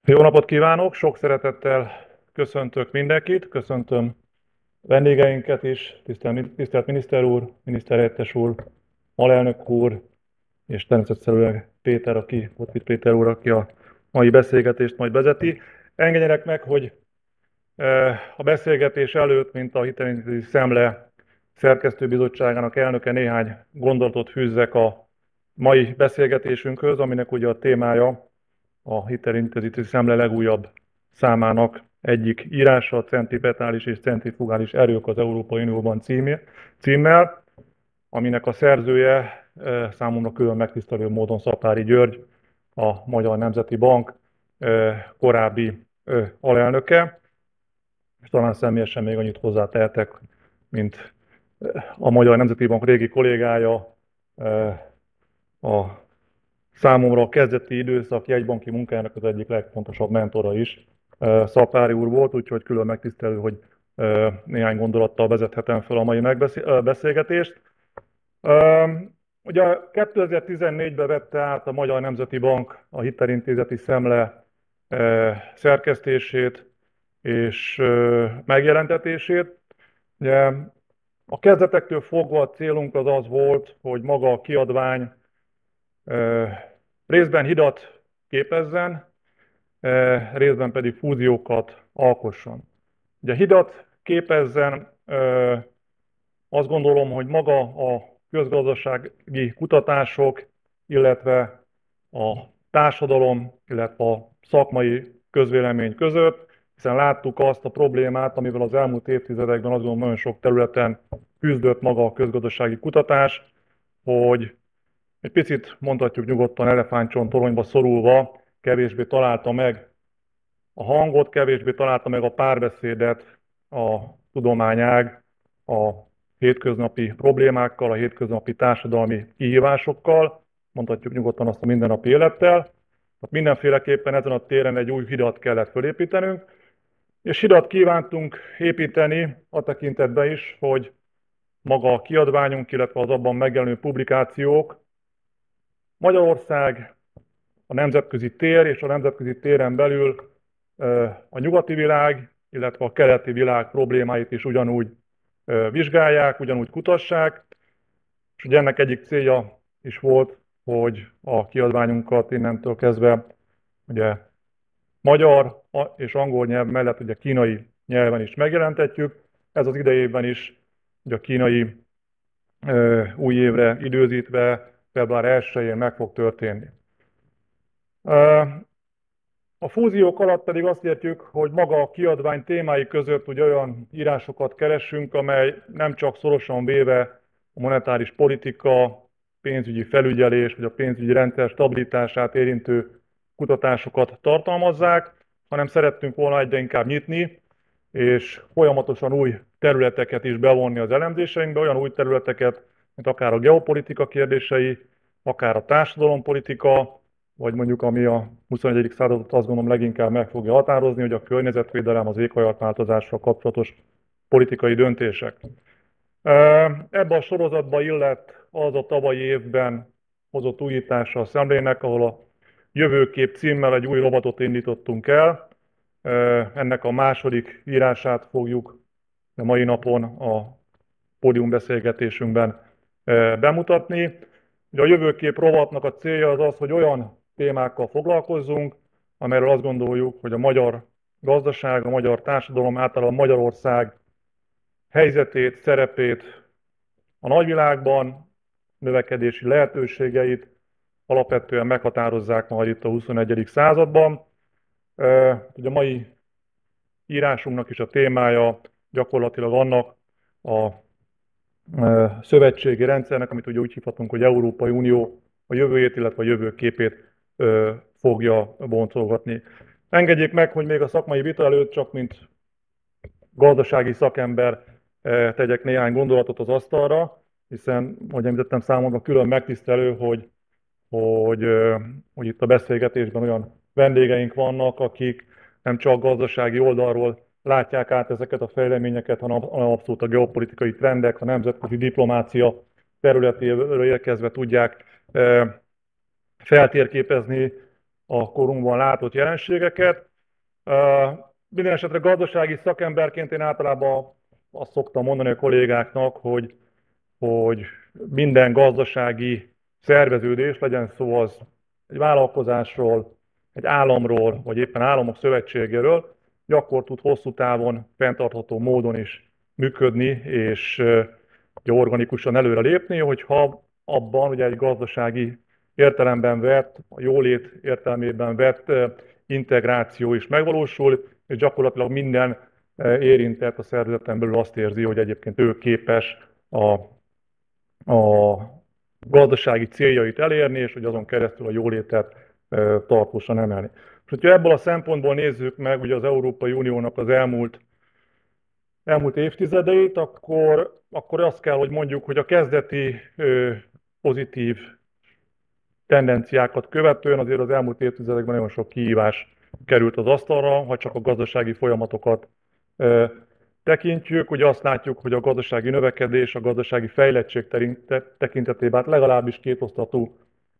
Jó napot kívánok! Sok szeretettel köszöntök mindenkit, köszöntöm vendégeinket is, tisztelt miniszter úr, miniszterhelyettes úr, alelnök úr, és természetesen Péter úr, aki a mai beszélgetést majd vezeti. Engedjenek meg, hogy a beszélgetés előtt, mint a Hitelintézeti Szemle szerkesztőbizottságának elnöke, néhány gondolatot fűzzek a mai beszélgetésünkhöz, aminek ugye a témája a Hitelintézeti Szemle legújabb számának egyik írása, a Centripetális és centrifugális erők az Európai Unióban címmel, aminek a szerzője számomra külön megtisztelő módon Szapáry György, a Magyar Nemzeti Bank korábbi alelnöke, és talán személyesen még annyit hozzátehetek, mint a Magyar Nemzeti Bank régi kollégája, a számomra a kezdeti időszak jegybanki munkájának az egyik legfontosabb mentora is Szapáry úr volt, úgyhogy külön megtisztelő, hogy néhány gondolattal vezethetem fel a mai beszélgetést. Ugye 2014-ben vette át a Magyar Nemzeti Bank a Hitelintézeti Szemle szerkesztését és megjelentetését. Ugye a kezdetektől fogva a célunk az volt, hogy maga a kiadvány részben hidat képezzen, részben pedig fúziókat alkosson. Ugye hidat képezzen, azt gondolom, hogy maga a közgazdasági kutatások, illetve a társadalom, illetve a szakmai közvélemény között, hiszen láttuk azt a problémát, amivel az elmúlt évtizedekben azt gondolom nagyon sok területen küzdött maga a közgazdasági kutatás, hogy egy picit mondhatjuk nyugodtan elefántcsontoronyba szorulva kevésbé találta meg a hangot, kevésbé találta meg a párbeszédet a tudományág a hétköznapi problémákkal, a hétköznapi társadalmi kihívásokkal, mondhatjuk nyugodtan azt a mindennapi élettel. Tehát mindenféleképpen ezen a téren egy új hidat kellett fölépítenünk, és hidat kívántunk építeni a tekintetben is, hogy maga a kiadványunk, illetve az abban megjelenő publikációk Magyarország, a nemzetközi tér és a nemzetközi téren belül a nyugati világ, illetve a keleti világ problémáit is ugyanúgy vizsgálják, ugyanúgy kutassák, és ugye ennek egyik célja is volt, hogy a kiadványunkat innentől kezdve ugye magyar és angol nyelv mellett ugye kínai nyelven is megjelentetjük. Ez az idejében is ugye a kínai új évre időzítve február 1-én meg fog történni. A fúziók alatt pedig azt értjük, hogy maga a kiadvány témái között ugye olyan írásokat keresünk, amely nem csak szorosan véve a monetáris politika, pénzügyi felügyelés vagy a pénzügyi rendszer stabilitását érintő kutatásokat tartalmazzák, hanem szerettünk volna egyre inkább nyitni, és folyamatosan új területeket is bevonni az elemzéseinkbe, olyan új területeket, mint akár a geopolitika kérdései, akár a társadalompolitika, vagy mondjuk ami a 21. századot azt gondolom leginkább meg fogja határozni, hogy a környezetvédelem, az éghajlatváltozással kapcsolatos politikai döntések. Ebbe a sorozatba illett az a tavalyi évben hozott újítása a Szemlének, ahol a Jövőkép címmel egy új robotot indítottunk el. Ennek a második írását fogjuk a mai napon a pódiumbeszélgetésünkben bemutatni. A Jövőkép rovatnak a célja az, hogy olyan témákkal foglalkozzunk, amelyről azt gondoljuk, hogy a magyar gazdaság, a magyar társadalom, általában Magyarország helyzetét, szerepét a nagyvilágban, növekedési lehetőségeit alapvetően meghatározzák majd itt a 21. században. Ugye a mai írásunknak is a témája gyakorlatilag annak a szövetségi rendszernek, amit ugye úgy hívhatunk, hogy Európai Unió a jövőjét, illetve a jövőképét fogja boncolgatni. Engedjék meg, hogy még a szakmai vita előtt csak mint gazdasági szakember tegyek néhány gondolatot az asztalra, hiszen, ahogy említettem, számomra külön megtisztelő, hogy itt a beszélgetésben olyan vendégeink vannak, akik nem csak gazdasági oldalról látják át ezeket a fejleményeket, hanem abszolút a geopolitikai trendek, a nemzetközi diplomácia területéről érkezve tudják feltérképezni a korunkban látott jelenségeket. Minden esetre gazdasági szakemberként én általában azt szoktam mondani a kollégáknak, hogy minden gazdasági szerveződés, legyen szó az egy vállalkozásról, egy államról, vagy éppen államok szövetségéről, akkor tud hosszú távon fenntartható módon is működni, és organikusan előre lépni, hogyha abban ugye egy gazdasági értelemben vett, a jólét értelmében vett integráció is megvalósul, és gyakorlatilag minden érintett a szervezeten belül azt érzi, hogy egyébként ő képes a gazdasági céljait elérni, és hogy azon keresztül a jólétet tartósan emelni. És hogyha ebből a szempontból nézzük meg ugye az Európai Uniónak az elmúlt évtizedeit, akkor azt kell, hogy mondjuk, hogy a kezdeti pozitív tendenciákat követően azért az elmúlt évtizedekben nagyon sok kihívás került az asztalra, ha csak a gazdasági folyamatokat tekintjük. Ugye azt látjuk, hogy a gazdasági növekedés, a gazdasági fejlettség tekintetében legalábbis kétosztatú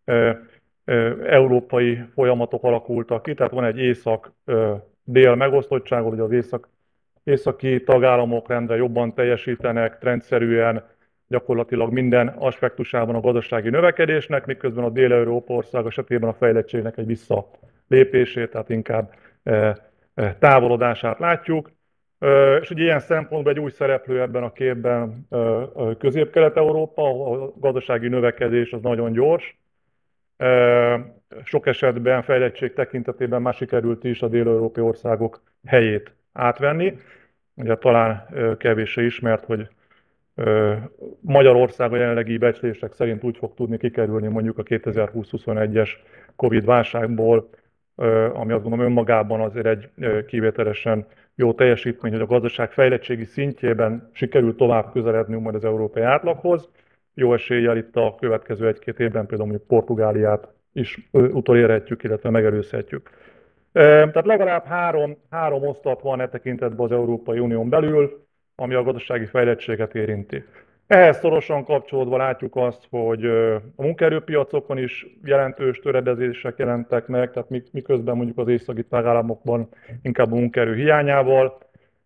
európai folyamatok alakultak ki, tehát van egy észak-dél megosztottság, hogy az északi tagállamok rendre jobban teljesítenek, rendszerűen, gyakorlatilag minden aspektusában a gazdasági növekedésnek, miközben a Dél-Európa ország esetében a fejlettségnek egy visszalépését, tehát inkább távolodását látjuk. És ugye ilyen szempontból egy új szereplő ebben a képben Közép-Kelet-Európa, a gazdasági növekedés az nagyon gyors. Sok esetben fejlettség tekintetében már sikerült is a dél-európai országok helyét átvenni. Ugye talán kevéssé ismert, hogy Magyarország a jelenlegi becslések szerint úgy fog tudni kikerülni mondjuk a 2020-21-es Covid válságból, ami azt gondolom önmagában azért egy kivételesen jó teljesítmény, hogy a gazdaság fejlettségi szintjében sikerül tovább közeledni majd az európai átlaghoz. Jó eséllyel itt a következő egy-két évben például mondjuk Portugáliát is utolérhetjük, illetve megelőzhetjük. Tehát legalább három osztat van e tekintetben az Európai Unión belül, ami a gazdasági fejlettséget érinti. Ehhez szorosan kapcsolódva látjuk azt, hogy a munkaerőpiacokon is jelentős töredezések jelentek meg, tehát miközben mondjuk az északi tagállamokban inkább a munkaerő hiányával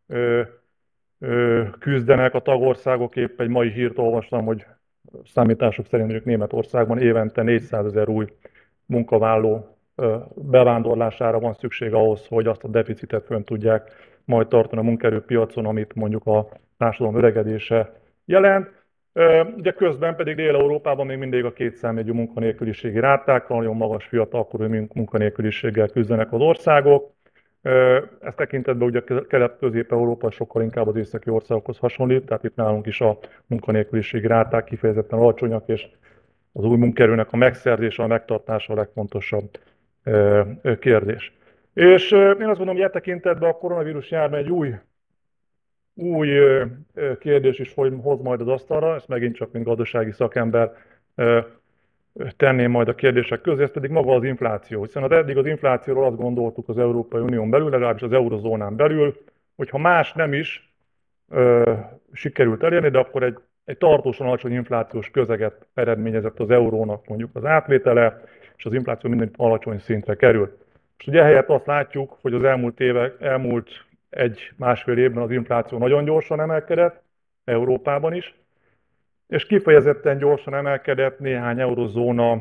küzdenek a tagországok. Épp egy mai hírt olvastam, hogy számítások szerint mondjuk Németországban évente 400 000 új munkavállaló bevándorlására van szükség ahhoz, hogy azt a deficitet fönn tudják majd tartani a munkaerőpiacon, amit mondjuk a társadalom öregedése jelent. Ugye közben pedig Dél-Európában még mindig a kétszámjegyű munkanélküliségi rátákkal, nagyon magas fiatalkorú munkanélküliséggel küzdenek az országok. Ezt tekintetben ugye Kelet-Közép-Európa sokkal inkább az északi országokhoz hasonlít, tehát itt nálunk is a munkanélküliségi ráták kifejezetten alacsonyak, és az új munkaerőnek a megszerzése, a megtartása a legfontosabb kérdés. És én azt gondolom, hogy e tekintetben a koronavírus járvány egy új kérdés is hoz majd az asztalra, ezt megint csak mint gazdasági szakember tenném majd a kérdések közé, ez pedig maga az infláció. Hiszen eddig az inflációról azt gondoltuk az Európai Unión belül, legalábbis az eurozónán belül, hogy ha más nem is sikerült elérni, de akkor egy tartósan alacsony inflációs közeget eredményezett az eurónak mondjuk az átvétele, és az infláció minden alacsony szintre került. És ugye ehelyett azt látjuk, hogy az elmúlt egy-másfél évben az infláció nagyon gyorsan emelkedett, Európában is, és kifejezetten gyorsan emelkedett néhány eurozóna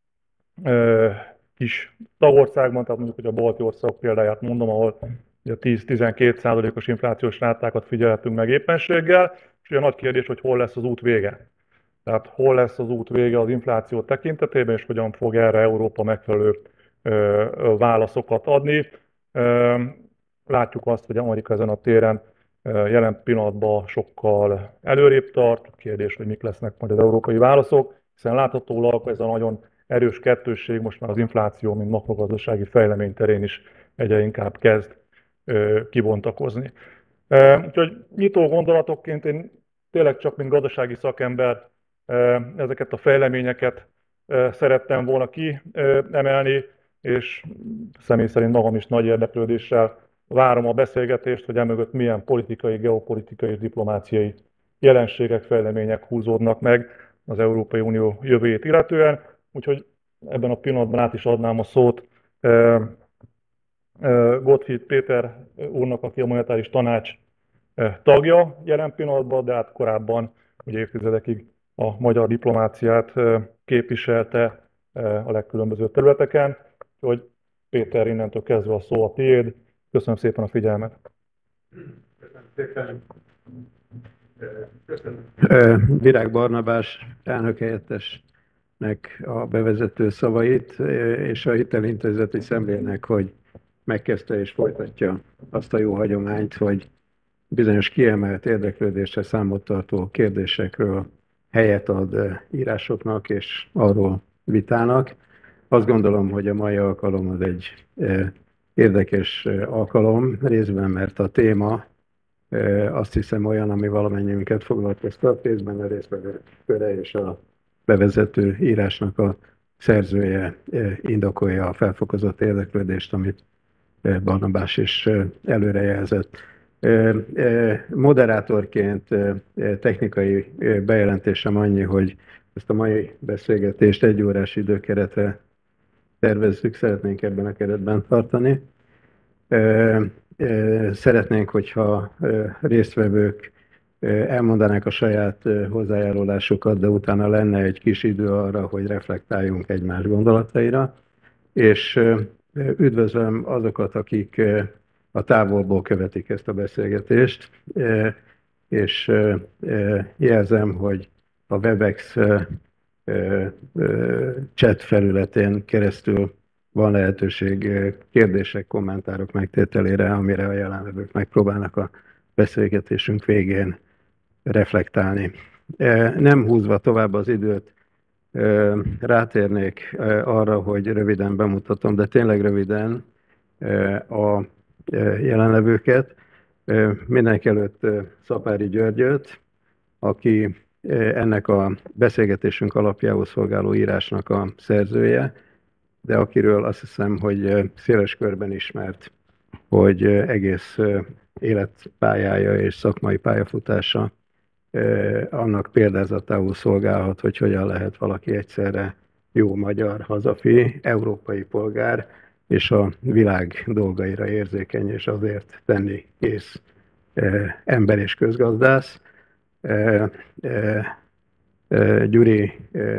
kis tagországban, tehát mondjuk, hogy a balti országok példáját mondom, ahol 10-12%-os inflációs rátákat figyelhetünk meg éppenséggel, és ugye nagy kérdés, hogy hol lesz az út vége. Tehát hol lesz az út vége az infláció tekintetében, és hogyan fog erre Európa megfelelő válaszokat adni. Látjuk azt, hogy Amerika ezen a téren jelen pillanatban sokkal előrébb tart. Kérdés, hogy mik lesznek majd az európai válaszok, hiszen láthatólag ez a nagyon erős kettősség most már az infláció, mint makrogazdasági fejlemény terén is egyre inkább kezd kibontakozni. Úgyhogy nyitó gondolatokként én tényleg csak mint gazdasági szakember ezeket a fejleményeket szerettem volna kiemelni, és személy szerint magam is nagy érdeklődéssel várom a beszélgetést, hogy emögött milyen politikai, geopolitikai és diplomáciai jelenségek, fejlemények húzódnak meg az Európai Unió jövőjét illetően. Úgyhogy ebben a pillanatban át is adnám a szót Gottfried Péter úrnak, aki a monetáris tanács tagja jelen pillanatban, de hát korábban ugye évtizedekig a magyar diplomáciát képviselte a legkülönbözőbb területeken. Úgyhogy Péter, innentől kezdve a szó a tiéd. Köszönöm szépen a figyelmet. Köszönöm szépen. Köszönöm Virág Barnabás elnökhelyettesnek a bevezető szavait, és a Hitelintézeti Szemlének, hogy megkezdte és folytatja azt a jó hagyományt, hogy bizonyos kiemelt érdeklődésre számot tartó kérdésekről helyet ad írásoknak és arról vitának. Azt gondolom, hogy a mai alkalom az egy érdekes alkalom, részben mert a téma azt hiszem olyan, ami valamennyiünket foglalkoztat, részben a résztvevőre és a bevezető írásnak a szerzője indokolja a felfokozott érdeklődést, amit Barnabás is előrejelzett. Moderátorként technikai bejelentésem annyi, hogy ezt a mai beszélgetést 1 órás időkeretre tervezzük, szeretnénk ebben a keretben tartani. Szeretnénk, hogyha résztvevők elmondanák a saját hozzájárulásukat, de utána lenne egy kis idő arra, hogy reflektáljunk egymás gondolataira, és üdvözlöm azokat, akik a távolból követik ezt a beszélgetést, és jelzem, hogy a Webex chat felületén keresztül van lehetőség kérdések, kommentárok megtételére, amire a jelenlevők megpróbálnak a beszélgetésünk végén reflektálni. Nem húzva tovább az időt, rátérnék arra, hogy röviden bemutatom, de tényleg röviden a jelenlevőket. Mindenekelőtt Szapáry Györgyöt, aki ennek a beszélgetésünk alapjául szolgáló írásnak a szerzője, de akiről azt hiszem, hogy széles körben ismert, hogy egész életpályája és szakmai pályafutása annak példázatául szolgálhat, hogy hogyan lehet valaki egyszerre jó magyar, hazafi, európai polgár, és a világ dolgaira érzékeny, és azért tenni kész ember és közgazdász. Gyuri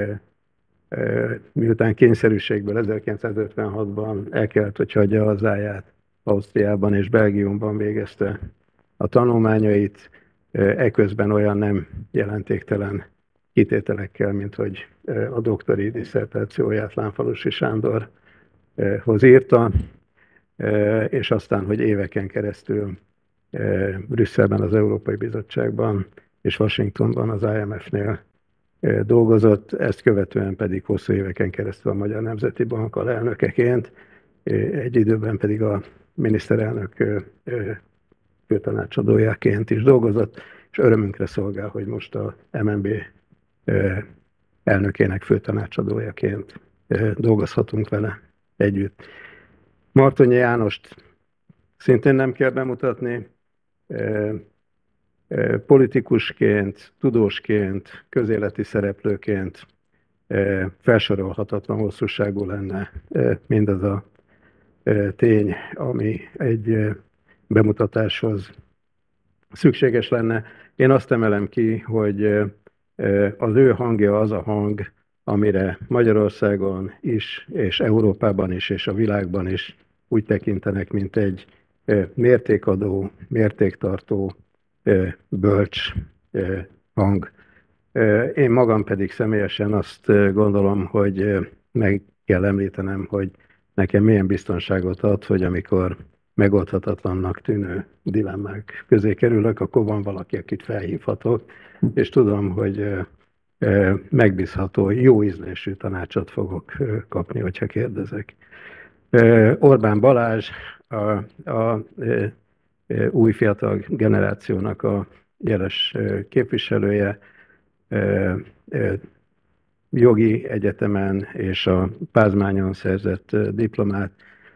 miután kényszerűségből 1956-ban el kellett, hogy hagyja hazáját, Ausztriában és Belgiumban végezte a tanulmányait, eközben olyan nem jelentéktelen kitételekkel, mint hogy a doktori disszertációját Lánfalussy Sándorhoz írta, és aztán, hogy éveken keresztül Brüsszelben, az Európai Bizottságban és Washingtonban, az IMF-nél dolgozott, ezt követően pedig hosszú éveken keresztül a Magyar Nemzeti Bank alelnökeként, egy időben pedig a miniszterelnök főtanácsadójaként is dolgozott, és örömünkre szolgál, hogy most a MNB elnökének főtanácsadójaként dolgozhatunk vele együtt. Martonyi Jánost szintén nem kell bemutatni, politikusként, tudósként, közéleti szereplőként felsorolhatatlan hosszúságú lenne mindaz a tény, ami egy bemutatáshoz szükséges lenne. Én azt emelem ki, hogy az ő hangja az a hang, amire Magyarországon is, és Európában is, és a világban is úgy tekintenek, mint egy mértékadó, mértéktartó, bölcs hang. Én magam pedig személyesen azt gondolom, hogy meg kell említenem, hogy nekem milyen biztonságot ad, hogy amikor megoldhatatlannak tűnő dilemmák közé kerülök, akkor van valaki, akit felhívhatok, és tudom, hogy megbízható, jó ízlésű tanácsot fogok kapni, hogyha kérdezek. Orbán Balázs, a új fiatal generációnak a jeles képviselője, jogi egyetemen és a Pázmányon szerzett diplomát,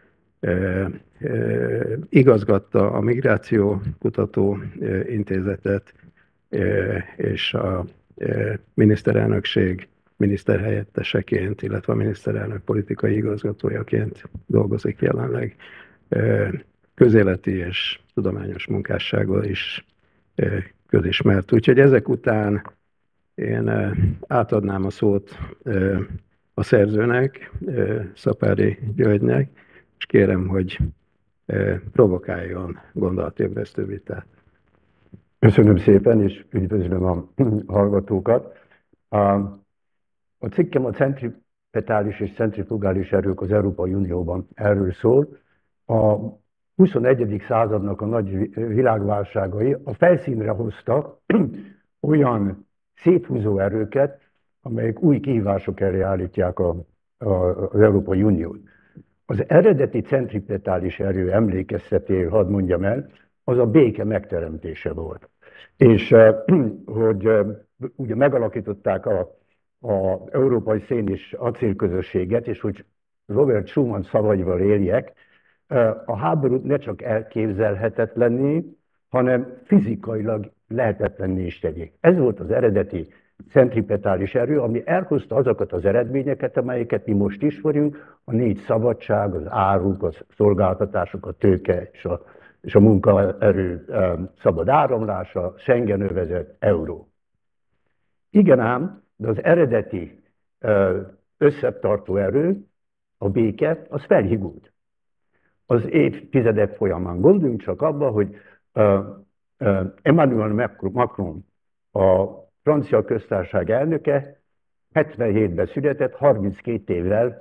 igazgatta a Migráció Kutató Intézetet és a miniszterelnökség miniszterhelyetteseként, illetve a miniszterelnök politikai igazgatójaként dolgozik jelenleg. Közéleti és tudományos munkássággal is közismert. Úgyhogy ezek után én átadnám a szót a szerzőnek, Szapáry Györgynek, és kérem, hogy provokáljon gondolatébresztő vitát. Köszönöm szépen, és üdvözlöm a hallgatókat. A cikkem a centripetális és centrifugális erők az Európai Unióban erről szól. A 21. századnak a nagy világválságai a felszínre hoztak olyan széthúzó erőket, amelyek új kihívások elé állítják az Európai Uniót. Az eredeti centripetális erő, emlékeztetél, hadd mondjam el, az a béke megteremtése volt. És hogy ugye megalakították az Európai Szén és Acélközösséget, és hogy Robert Schuman szavaival éljek, a háborút ne csak elképzelhetetlenné, hanem fizikailag lehetetlenné is tegyék. Ez volt az eredeti centripetális erő, ami elhozta azokat az eredményeket, amelyeket mi most ismerünk, a 4 szabadság, az áruk, a szolgáltatások, a tőke és a munkaerő szabad áramlása, Schengen övezet, euró. Igen ám, de az eredeti összetartó erő, a béke, az felhigult. Az évtizedek folyamán gondoljunk csak abba, hogy Emmanuel Macron, a francia köztársaság elnöke 77-ben született, 32 évvel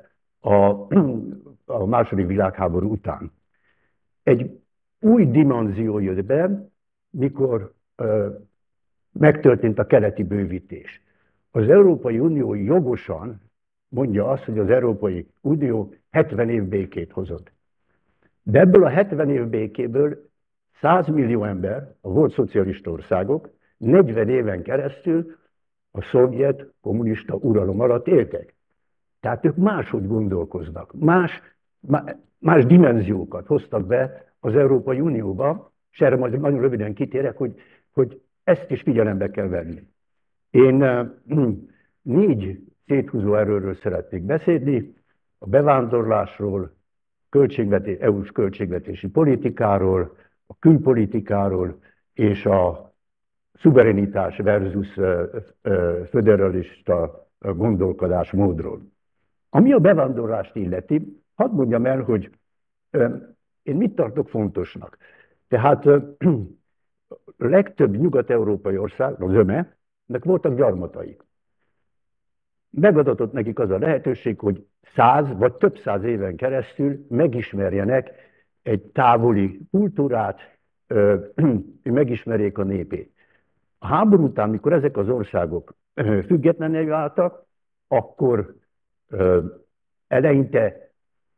a második világháború után. Egy új dimenzió jött be, mikor megtörtént a keleti bővítés. Az Európai Unió jogosan mondja azt, hogy az Európai Unió 70 év békét hozott. De ebből a 70 év békéből 100 millió ember, a volt szocialista országok, 40 éven keresztül a szovjet kommunista uralom alatt éltek. Tehát ők máshogy gondolkoznak, más dimenziókat hoztak be az Európai Unióba, és erre majd nagyon röviden kitérek, hogy ezt is figyelembe kell venni. Én 4 széthúzó erőről szeretnék beszélni, a bevándorlásról, EU-s költségvetési politikáról, a külpolitikáról és a szuverenitás versus föderalista gondolkodásmódról. Ami a bevándorlást illeti, hadd mondjam el, hogy én mit tartok fontosnak. Tehát a legtöbb nyugat-európai ország, az nek voltak gyarmataik. Megadatott nekik az a lehetőség, hogy 100 vagy több száz éven keresztül megismerjenek egy távoli kultúrát, megismerjék a népét. A háború után, mikor ezek az országok függetlenné váltak, akkor eleinte a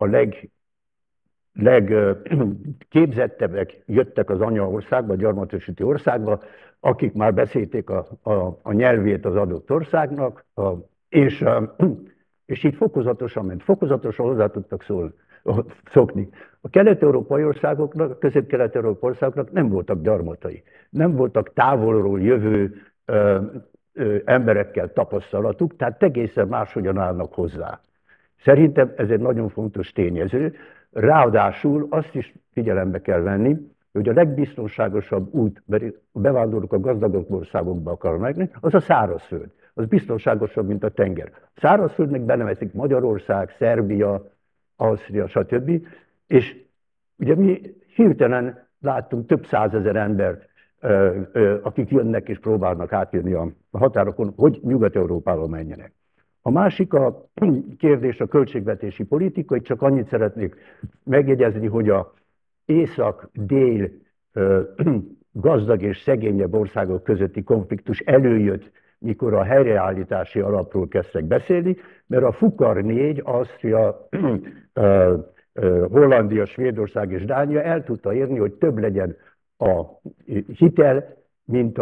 legképzettebbek jöttek az anyaországba, a gyarmatosíti országba, akik már beszélték a nyelvét az adott országnak, és így fokozatosan hozzá tudtak szokni. A kelet-európai országoknak, a közép-kelet-európai országoknak nem voltak gyarmatai, nem voltak távolról jövő emberekkel tapasztalatuk, tehát egészen máshogyan állnak hozzá. Szerintem ez egy nagyon fontos tényező. Ráadásul azt is figyelembe kell venni, hogy a legbiztonságosabb út, mert a bevándorlók a gazdagabb országokba akarnak menni, az a szárazföld. Az biztonságosabb, mint a tenger. A szárazföldnek benevezik Magyarország, Szerbia, Ausztria, stb. És ugye mi hirtelen láttunk több százezer embert, akik jönnek és próbálnak átjönni a határokon, hogy Nyugat-Európába menjenek. A másik a kérdés a költségvetési politika, hogy csak annyit szeretnék megjegyezni, hogy a észak-dél gazdag és szegényebb országok közötti konfliktus előjött, mikor a helyreállítási alapról kezdtek beszélni, mert a Fukar 4, Ausztria, Hollandia, Svédország és Dánia el tudta érni, hogy több legyen a hitel, mint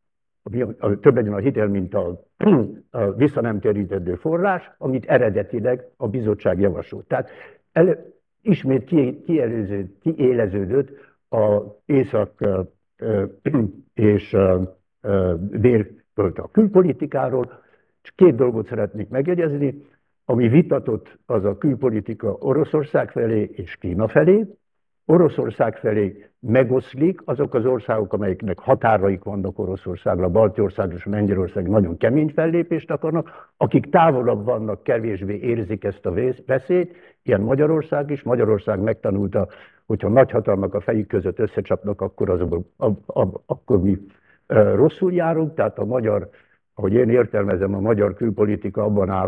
a visszanemtérítendő forrás, amit eredetileg a bizottság javasolt. Tehát ismét kiéleződött az észak és dél a külpolitikáról, Csak két dolgot szeretnék megjegyezni. Ami vitatott, az a külpolitika Oroszország felé és Kína felé. Oroszország felé megoszlik azok az országok, amelyeknek határaik vannak Oroszországra, Baltiország és Lengyelország nagyon kemény fellépést akarnak, akik távolabb vannak, kevésbé érzik ezt a veszélyt, ilyen Magyarország is. Magyarország megtanulta, hogyha nagyhatalmak a fejük között összecsapnak, akkor mi rosszul járunk, tehát a magyar, ahogy én értelmezem, a magyar külpolitika abban áll,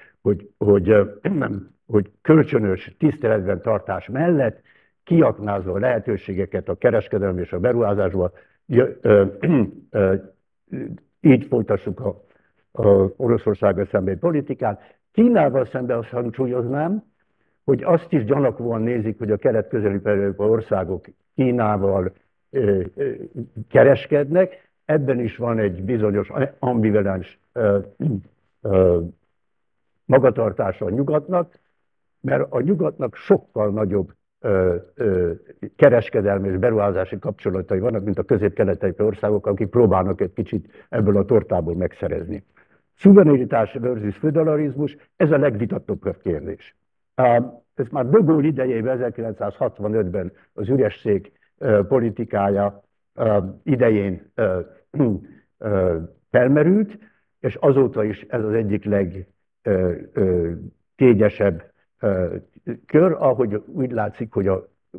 hogy kölcsönös tiszteletben tartás mellett kiaknázva a lehetőségeket a kereskedelmi és a beruházásban, így folytassuk a Oroszországgal szemben politikát. Kínával szemben azt hangsúlyoznám, hogy azt is gyanakvóan nézik, hogy a kelet-közép-európai országok Kínával kereskednek. Ebben is van egy bizonyos ambivalens magatartása a nyugatnak, mert a nyugatnak sokkal nagyobb kereskedelmi és beruházási kapcsolatai vannak, mint a közép-kelet-európai országok, akik próbálnak egy kicsit ebből a tortából megszerezni. Szuverenitás versus föderalizmus, ez a legvitatottabb kérdés. Ez már de Gaulle idejében, 1965-ben az üres szék politikája idején felmerült, és azóta is ez az egyik legkényesebb kör, ahogy úgy látszik, hogy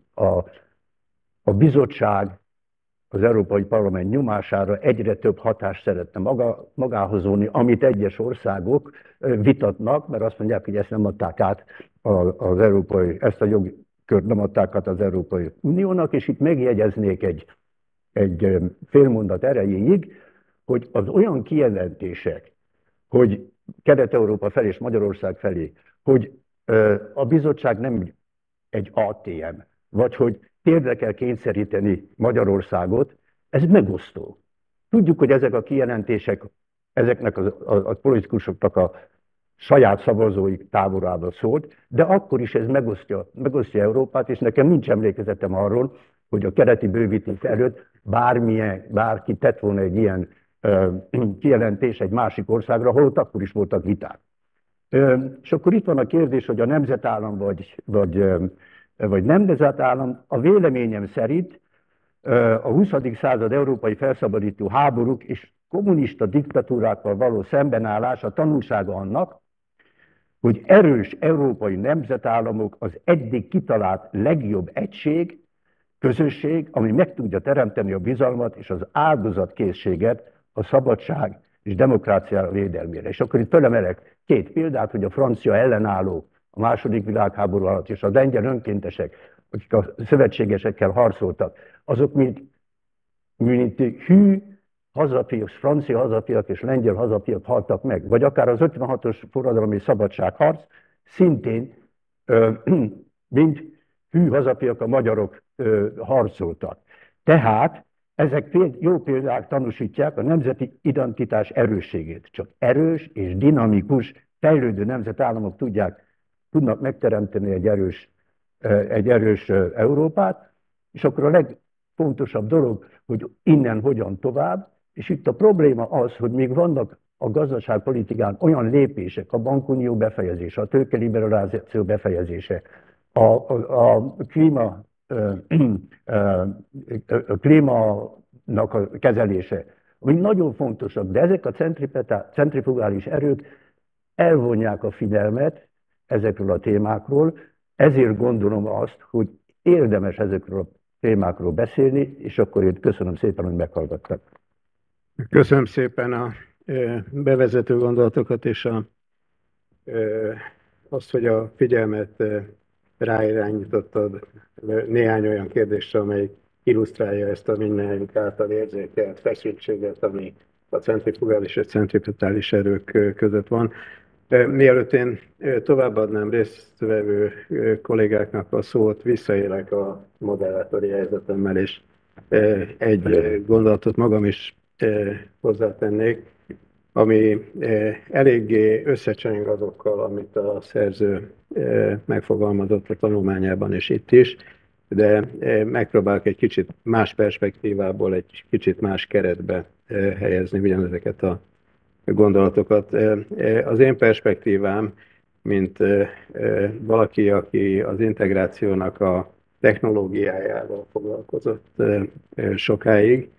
a bizottság az Európai Parlament nyomására egyre több hatást szeretne magához vonni, amit egyes országok vitatnak, mert azt mondják, hogy ezt nem adták át ezt a jogkört nem adták át az Európai Uniónak, és itt megjegyeznék egy fél mondat erejéig, hogy az olyan kijelentések, hogy Kelet-Európa felé és Magyarország felé, hogy a bizottság nem egy ATM, vagy hogy térdre kell kényszeríteni Magyarországot, ez megosztó. Tudjuk, hogy ezek a kijelentések ezeknek a politikusoknak a saját szavazói táborába szólt, de akkor is ez megosztja Európát, és nekem nincs emlékezetem arról, hogy a keleti bővítés előtt bárki tett volna egy ilyen kijelentés egy másik országra, holott akkor is voltak viták. És akkor itt van a kérdés, hogy a nemzetállam vagy nemzetállam. A véleményem szerint a 20. század európai felszabadító háborúk és kommunista diktatúrákkal való szembenállás a tanulsága annak, hogy erős európai nemzetállamok az eddig kitalált legjobb egység, közösség, ami meg tudja teremteni a bizalmat és az áldozatkészséget a szabadság és demokrácia védelmére. És akkor itt felemelek két példát, hogy a francia ellenálló a második világháború alatt, és a lengyel önkéntesek, akik a szövetségesekkel harcoltak, azok mint hű hazafiak, francia hazafiak és lengyel hazafiak haltak meg. Vagy akár az 56-os forradalmi szabadságharc, szintén mint hű hazafiak a magyarok harcoltak. Tehát ezek jó példák tanúsítják a nemzeti identitás erősségét. Csak erős és dinamikus, fejlődő nemzetállamok tudnak megteremteni egy erős Európát, és akkor a legfontosabb dolog, hogy innen hogyan tovább, és itt a probléma az, hogy még vannak a gazdaságpolitikán olyan lépések, a bankunió befejezése, a tőkeliberalizáció befejezése, a klímának a kezelése, ami nagyon fontosak, de ezek a centrifugális erők elvonják a figyelmet ezekről a témákról, ezért gondolom azt, hogy érdemes ezekről a témákról beszélni, és akkor én köszönöm szépen, hogy meghallgattak. Köszönöm szépen a bevezető gondolatokat, és azt, hogy a figyelmet ráirányítottad néhány olyan kérdésre, amely illusztrálja ezt a mindennyiunk által érzékelt feszültséget, ami a centrifugális és centripetális erők között van. Mielőtt én továbbadnám résztvevő kollégáknak a szót, visszaélek a moderátori helyzetemmel, és egy gondolatot magam is hozzátennék, ami eléggé összecseng azokkal, amit a szerző megfogalmazott a tanulmányában és itt is, de megpróbálok egy kicsit más perspektívából, egy kicsit más keretbe helyezni ugyanezeket a gondolatokat. Az én perspektívám, mint valaki, aki az integrációnak a technológiájával foglalkozott sokáig,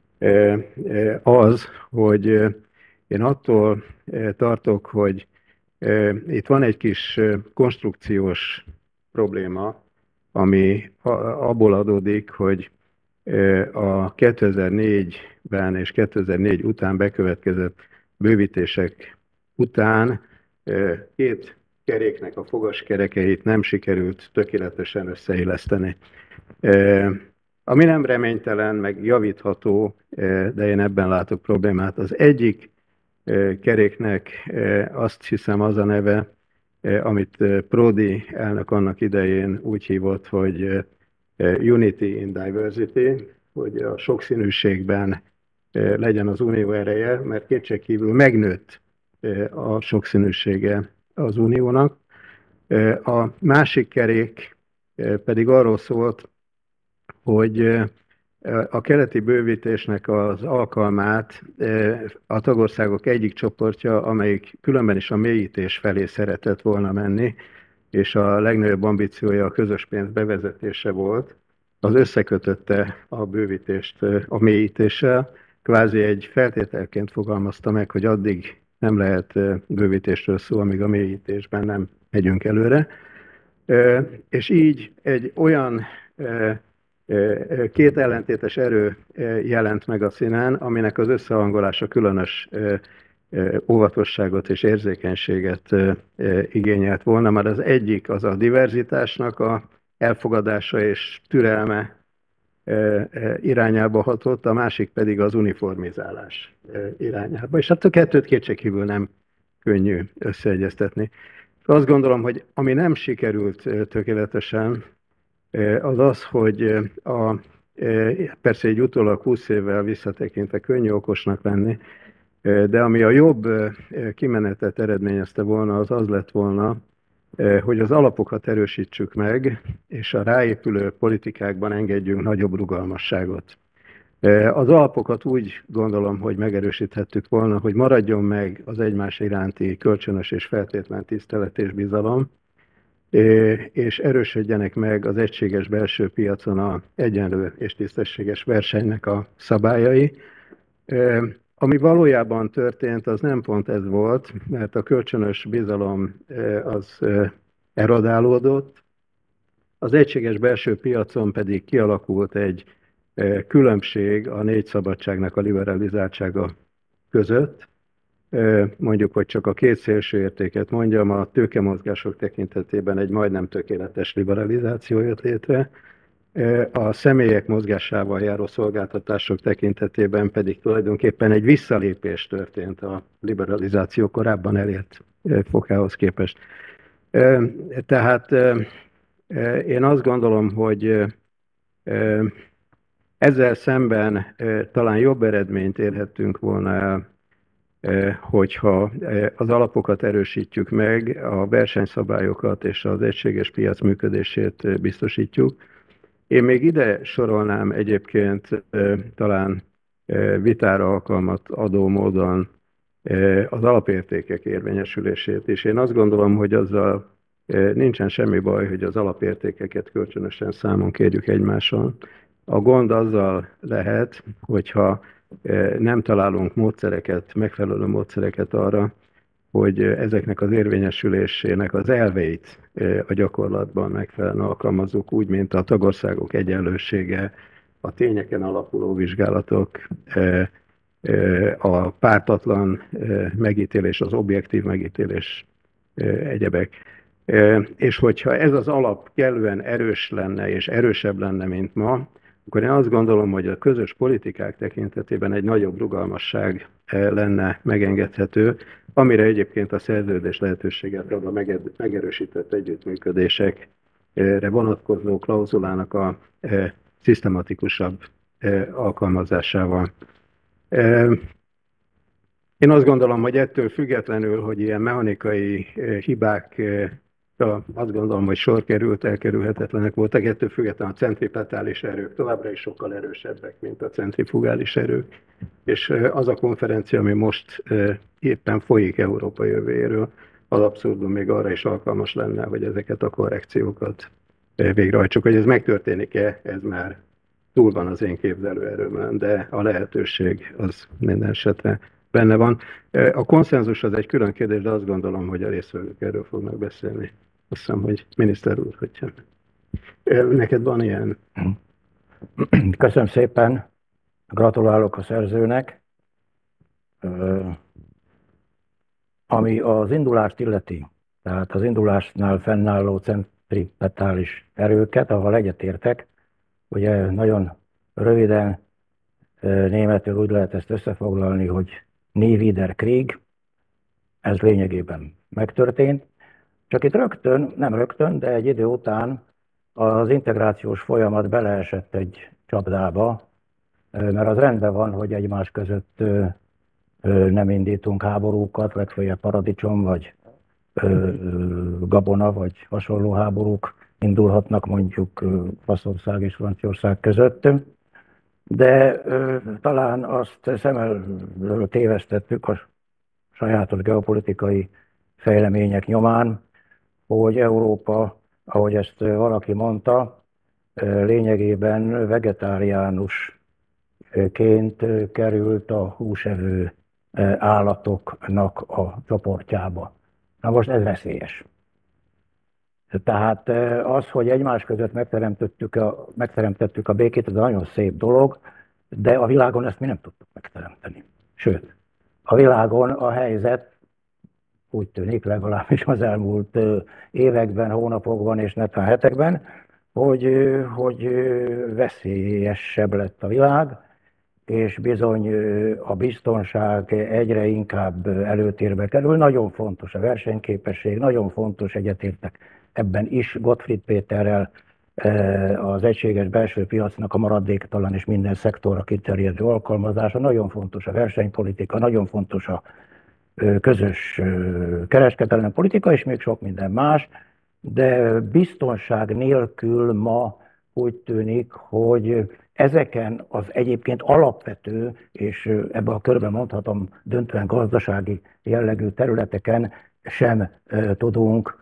az, hogy én attól tartok, hogy itt van egy kis konstrukciós probléma, ami abból adódik, hogy a 2004-ben és 2004 után bekövetkezett bővítések után két keréknek a fogaskerekeit nem sikerült tökéletesen összeilleszteni. Ami nem reménytelen, meg javítható, de én ebben látok problémát. Az egyik keréknek azt hiszem az a neve, amit Prodi elnök annak idején úgy hívott, hogy Unity in Diversity, hogy a sokszínűségben legyen az unió ereje, mert kétségkívül megnőtt a sokszínűsége az uniónak. A másik kerék pedig arról szólt, hogy a keleti bővítésnek az alkalmát a tagországok egyik csoportja, amelyik különben is a mélyítés felé szeretett volna menni, és a legnagyobb ambíciója a közös pénz bevezetése volt, az összekötötte a bővítést a mélyítéssel, kvázi egy feltételként fogalmazta meg, hogy addig nem lehet bővítésről szó, amíg a mélyítésben nem megyünk előre. És így egy olyan két ellentétes erő jelent meg a színen, aminek az összehangolása különös óvatosságot és érzékenységet igényelt volna, mert az egyik az a diverzitásnak a elfogadása és türelme irányába hatott, a másik pedig az uniformizálás irányába. És hát a kettőt kétségkívül nem könnyű összeegyeztetni. Azt gondolom, hogy ami nem sikerült tökéletesen, az az, hogy persze egy utólag 20 évvel visszatekintve könnyű okosnak lenni, de ami a jobb kimenetet eredményezte volna, az az lett volna, hogy az alapokat erősítsük meg, és a ráépülő politikákban engedjünk nagyobb rugalmasságot. Az alapokat úgy gondolom, hogy megerősíthettük volna, hogy maradjon meg az egymás iránti kölcsönös és feltétlen tisztelet és bizalom, és erősödjenek meg az egységes belső piacon az egyenlő és tisztességes versenynek a szabályai. Ami valójában történt, az nem pont ez volt, mert a kölcsönös bizalom az erodálódott, az egységes belső piacon pedig kialakult egy különbség a 4 szabadságnak a liberalizáltsága között. Mondjuk, hogy csak a két szélső értéket mondjam, a tőkemozgások tekintetében egy majdnem tökéletes liberalizáció jött létre, a személyek mozgásával járó szolgáltatások tekintetében pedig tulajdonképpen egy visszalépés történt a liberalizáció korábban elért fokához képest. Tehát én azt gondolom, hogy ezzel szemben talán jobb eredményt érhettünk volna el, hogyha az alapokat erősítjük meg, a versenyszabályokat és az egységes piac működését biztosítjuk. Én még ide sorolnám egyébként talán vitára alkalmat adó módon az alapértékek érvényesülését is. Én azt gondolom, hogy azzal nincsen semmi baj, hogy az alapértékeket kölcsönösen számon kérjük egymáson. A gond azzal lehet, hogyha nem találunk módszereket, megfelelő módszereket arra, hogy ezeknek az érvényesülésének az elveit a gyakorlatban megfelelően alkalmazzuk, úgy, mint a tagországok egyenlősége, a tényeken alapuló vizsgálatok, a pártatlan megítélés, az objektív megítélés, egyebek. És hogyha ez az alap kellően erős lenne, és erősebb lenne, mint ma, akkor én azt gondolom, hogy a közös politikák tekintetében egy nagyobb rugalmasság lenne megengedhető, amire egyébként a szerződés lehetőséget ad a megerősített együttműködésekre vonatkozó klauzulának a szisztematikusabb alkalmazásával. Én azt gondolom, hogy ettől függetlenül, hogy ilyen mechanikai hibák azt gondolom, hogy sor került, elkerülhetetlenek voltak, ettől függetlenül a centripetális erők továbbra is sokkal erősebbek, mint a centrifugális erők. És az a konferencia, ami most éppen folyik Európa jövőjéről, az abszurdum még arra is alkalmas lenne, hogy ezeket a korrekciókat végrehajtsuk. Hogy ez megtörténik-e, ez már túl van az én képzelőerőmön, de a lehetőség az minden esetre benne van. A konszenzus az egy külön kérdés, de azt gondolom, hogy a résztvevők erről fognak beszélni. Azt hiszem, hogy miniszter úr, hogyha neked van ilyen? Köszönöm szépen, gratulálok a szerzőnek. Ami az indulást illeti, tehát az indulásnál fennálló centripetális erőket, ahol egyetértek, ugye nagyon röviden németül úgy lehet ezt összefoglalni, hogy Nie wieder Krieg, ez lényegében megtörtént. Csak itt rögtön, nem rögtön, de egy idő után az integrációs folyamat beleesett egy csapdába, mert az rendben van, hogy egymás között nem indítunk háborúkat, legfeljebb paradicsom, vagy gabona, vagy hasonló háborúk indulhatnak mondjuk Olaszország és Franciaország között. De talán azt szem elől tévesztettük a sajátos geopolitikai fejlemények nyomán, hogy Európa, ahogy ezt valaki mondta, lényegében vegetáriánusként került a húsevő állatoknak a csoportjába. Na most ez veszélyes. Tehát az, hogy egymás között megteremtettük a békét, ez nagyon szép dolog, de a világon ezt mi nem tudtuk megteremteni. Sőt, a világon a helyzet úgy tűnik, legalábbis az elmúlt években, hónapokban és netán hetekben, hogy veszélyesebb lett a világ, és bizony a biztonság egyre inkább előtérbe kerül. Nagyon fontos a versenyképesség, nagyon fontos, egyetértek ebben is Gottfried Péterrel, az egységes belső piacnak a maradéktalan és minden szektorra kiterjedő alkalmazása, nagyon fontos a versenypolitika, nagyon fontos a közös kereskedelmi politika, és még sok minden más, de biztonság nélkül ma úgy tűnik, hogy ezeken az egyébként alapvető, és ebben a körben mondhatom döntően gazdasági jellegű területeken sem tudunk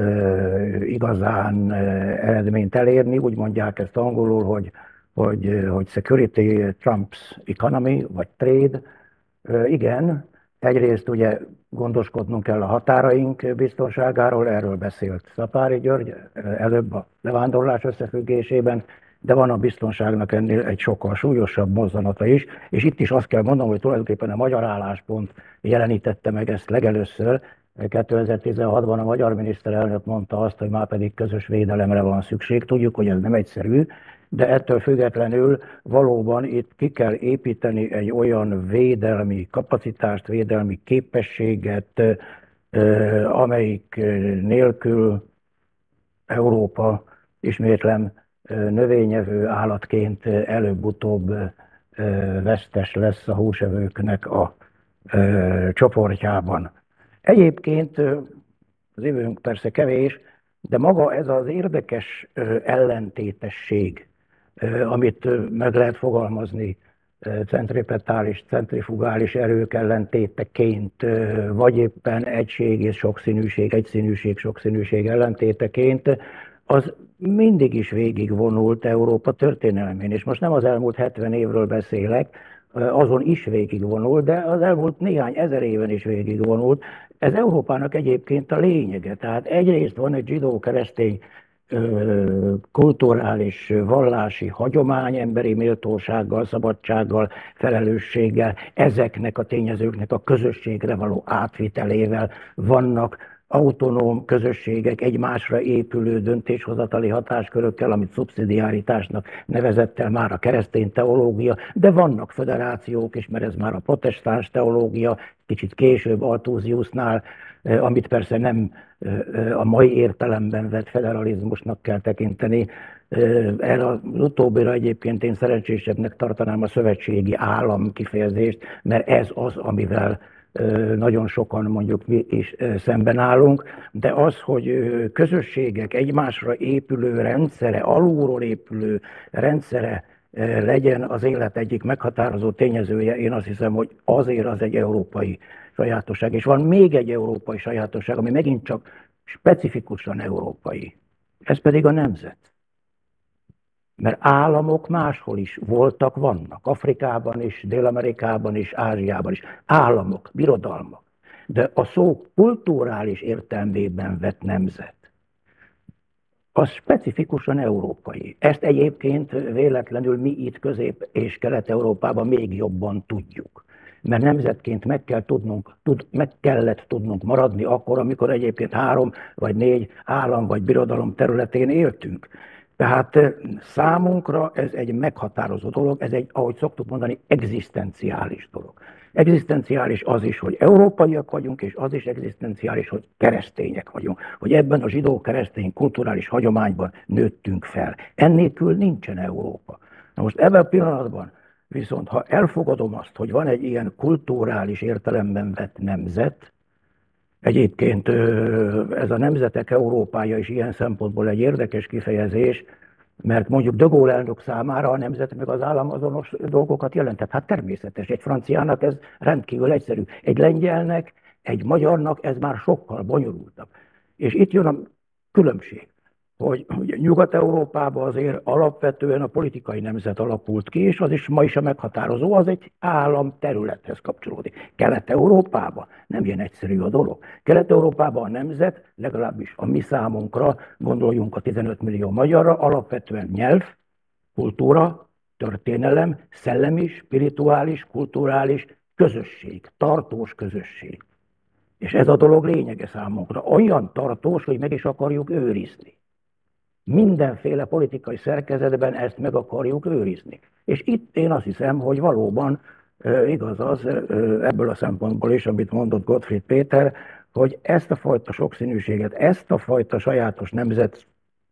igazán eredményt elérni. Úgy mondják ezt angolul, hogy security trumps economy, vagy trade. Igen, egyrészt ugye gondoskodnunk kell a határaink biztonságáról, erről beszélt Szapáry György előbb a levándorlás összefüggésében, de van a biztonságnak ennél egy sokkal súlyosabb mozzanata is, és itt is azt kell mondanom, hogy tulajdonképpen a magyar álláspont jelenítette meg ezt legelőször. 2016-ban a magyar miniszterelnök mondta azt, hogy már pedig közös védelemre van szükség. Tudjuk, hogy ez nem egyszerű, de ettől függetlenül valóban itt ki kell építeni egy olyan védelmi kapacitást, védelmi képességet, amelyik nélkül Európa, ismétlem, növényevő állatként előbb-utóbb vesztes lesz a húsevőknek a csoportjában. Egyébként az időnk persze kevés, de maga ez az érdekes ellentétesség, amit meg lehet fogalmazni centripetális, centrifugális erők ellentéteként, vagy éppen egység és sokszínűség, egyszínűség, sokszínűség ellentéteként, az mindig is végigvonult Európa történelmén, és most nem az elmúlt 70 évről beszélek, azon is végigvonult, de az elmúlt néhány ezer éven is végigvonult. Ez Európának egyébként a lényege. Tehát egyrészt van egy zsidó-keresztény kulturális, vallási hagyomány, emberi méltósággal, szabadsággal, felelősséggel, ezeknek a tényezőknek a közösségre való átvitelével vannak autonóm közösségek egymásra épülő döntéshozatali hatáskörökkel, amit szubszidiáritásnak nevezett el már a keresztény teológia, de vannak föderációk is, mert ez már a protestáns teológia, kicsit később Althusiusnál, amit persze nem a mai értelemben vett federalizmusnak kell tekinteni. Erre az utóbbira egyébként én szerencsésebbnek tartanám a szövetségi állam kifejezést, mert ez az, amivel nagyon sokan mondjuk mi is szemben állunk, de az, hogy közösségek egymásra épülő rendszere, alulról épülő rendszere legyen az élet egyik meghatározó tényezője, én azt hiszem, hogy azért az egy európai sajátosság. És van még egy európai sajátosság, ami megint csak specifikusan európai. Ez pedig a nemzet. Mert államok máshol is voltak, vannak. Afrikában is, Dél-Amerikában is, Ázsiában is. Államok, birodalmak. De a szó kulturális értelmében vett nemzet, az specifikusan európai. Ezt egyébként véletlenül mi itt Közép- és Kelet-Európában még jobban tudjuk. Mert nemzetként meg kellett tudnunk maradni akkor, amikor egyébként 3 vagy 4 állam vagy birodalom területén éltünk. Tehát számunkra ez egy meghatározó dolog, ez egy, ahogy szoktuk mondani, egzisztenciális dolog. Egzisztenciális az is, hogy európaiak vagyunk, és az is egzisztenciális, hogy keresztények vagyunk, hogy ebben a zsidó-keresztény kulturális hagyományban nőttünk fel. Ennélkül nincsen Európa. Na most ebben a pillanatban viszont, ha elfogadom azt, hogy van egy ilyen kulturális értelemben vett nemzet, egyébként ez a nemzetek Európája is ilyen szempontból egy érdekes kifejezés, mert mondjuk de Gaulle elnök számára a nemzet meg az állam azonos dolgokat jelentett. Hát természetes, egy franciának ez rendkívül egyszerű. Egy lengyelnek, egy magyarnak ez már sokkal bonyolultabb. És itt jön a különbség, hogy Nyugat-Európában azért alapvetően a politikai nemzet alakult ki, és az is ma is a meghatározó, az egy állam területhez kapcsolódik. Kelet-Európában nem ilyen egyszerű a dolog. Kelet-Európában a nemzet, legalábbis a mi számunkra, gondoljunk a 15 millió magyarra, alapvetően nyelv, kultúra, történelem, szellemi, spirituális, kulturális közösség, tartós közösség. És ez a dolog lényege számunkra. Olyan tartós, hogy meg is akarjuk őrizni. Mindenféle politikai szerkezetben ezt meg akarjuk őrizni. És itt én azt hiszem, hogy valóban igaz az, ebből a szempontból is, amit mondott Gottfried Péter, hogy ezt a fajta sokszínűséget, ezt a fajta sajátos nemzet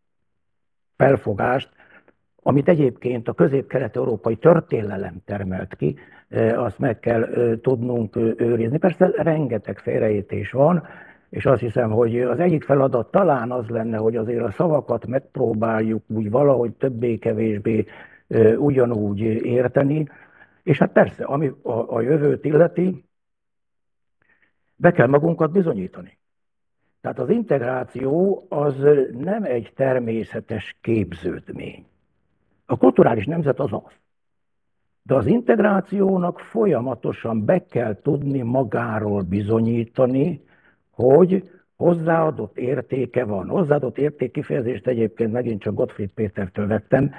felfogást, amit egyébként a közép-kelet-európai történelem termelt ki, azt meg kell tudnunk őrizni. Persze rengeteg félreértés van, és azt hiszem, hogy az egyik feladat talán az lenne, hogy azért a szavakat megpróbáljuk úgy valahogy többé-kevésbé ugyanúgy érteni. És hát persze, ami a jövőt illeti, be kell magunkat bizonyítani. Tehát az integráció az nem egy természetes képződmény. A kulturális nemzet az az. De az integrációnak folyamatosan be kell tudni magáról bizonyítani, hogy hozzáadott értéke van. Hozzáadott érték kifejezést egyébként megint csak Gottfried Pétertől vettem.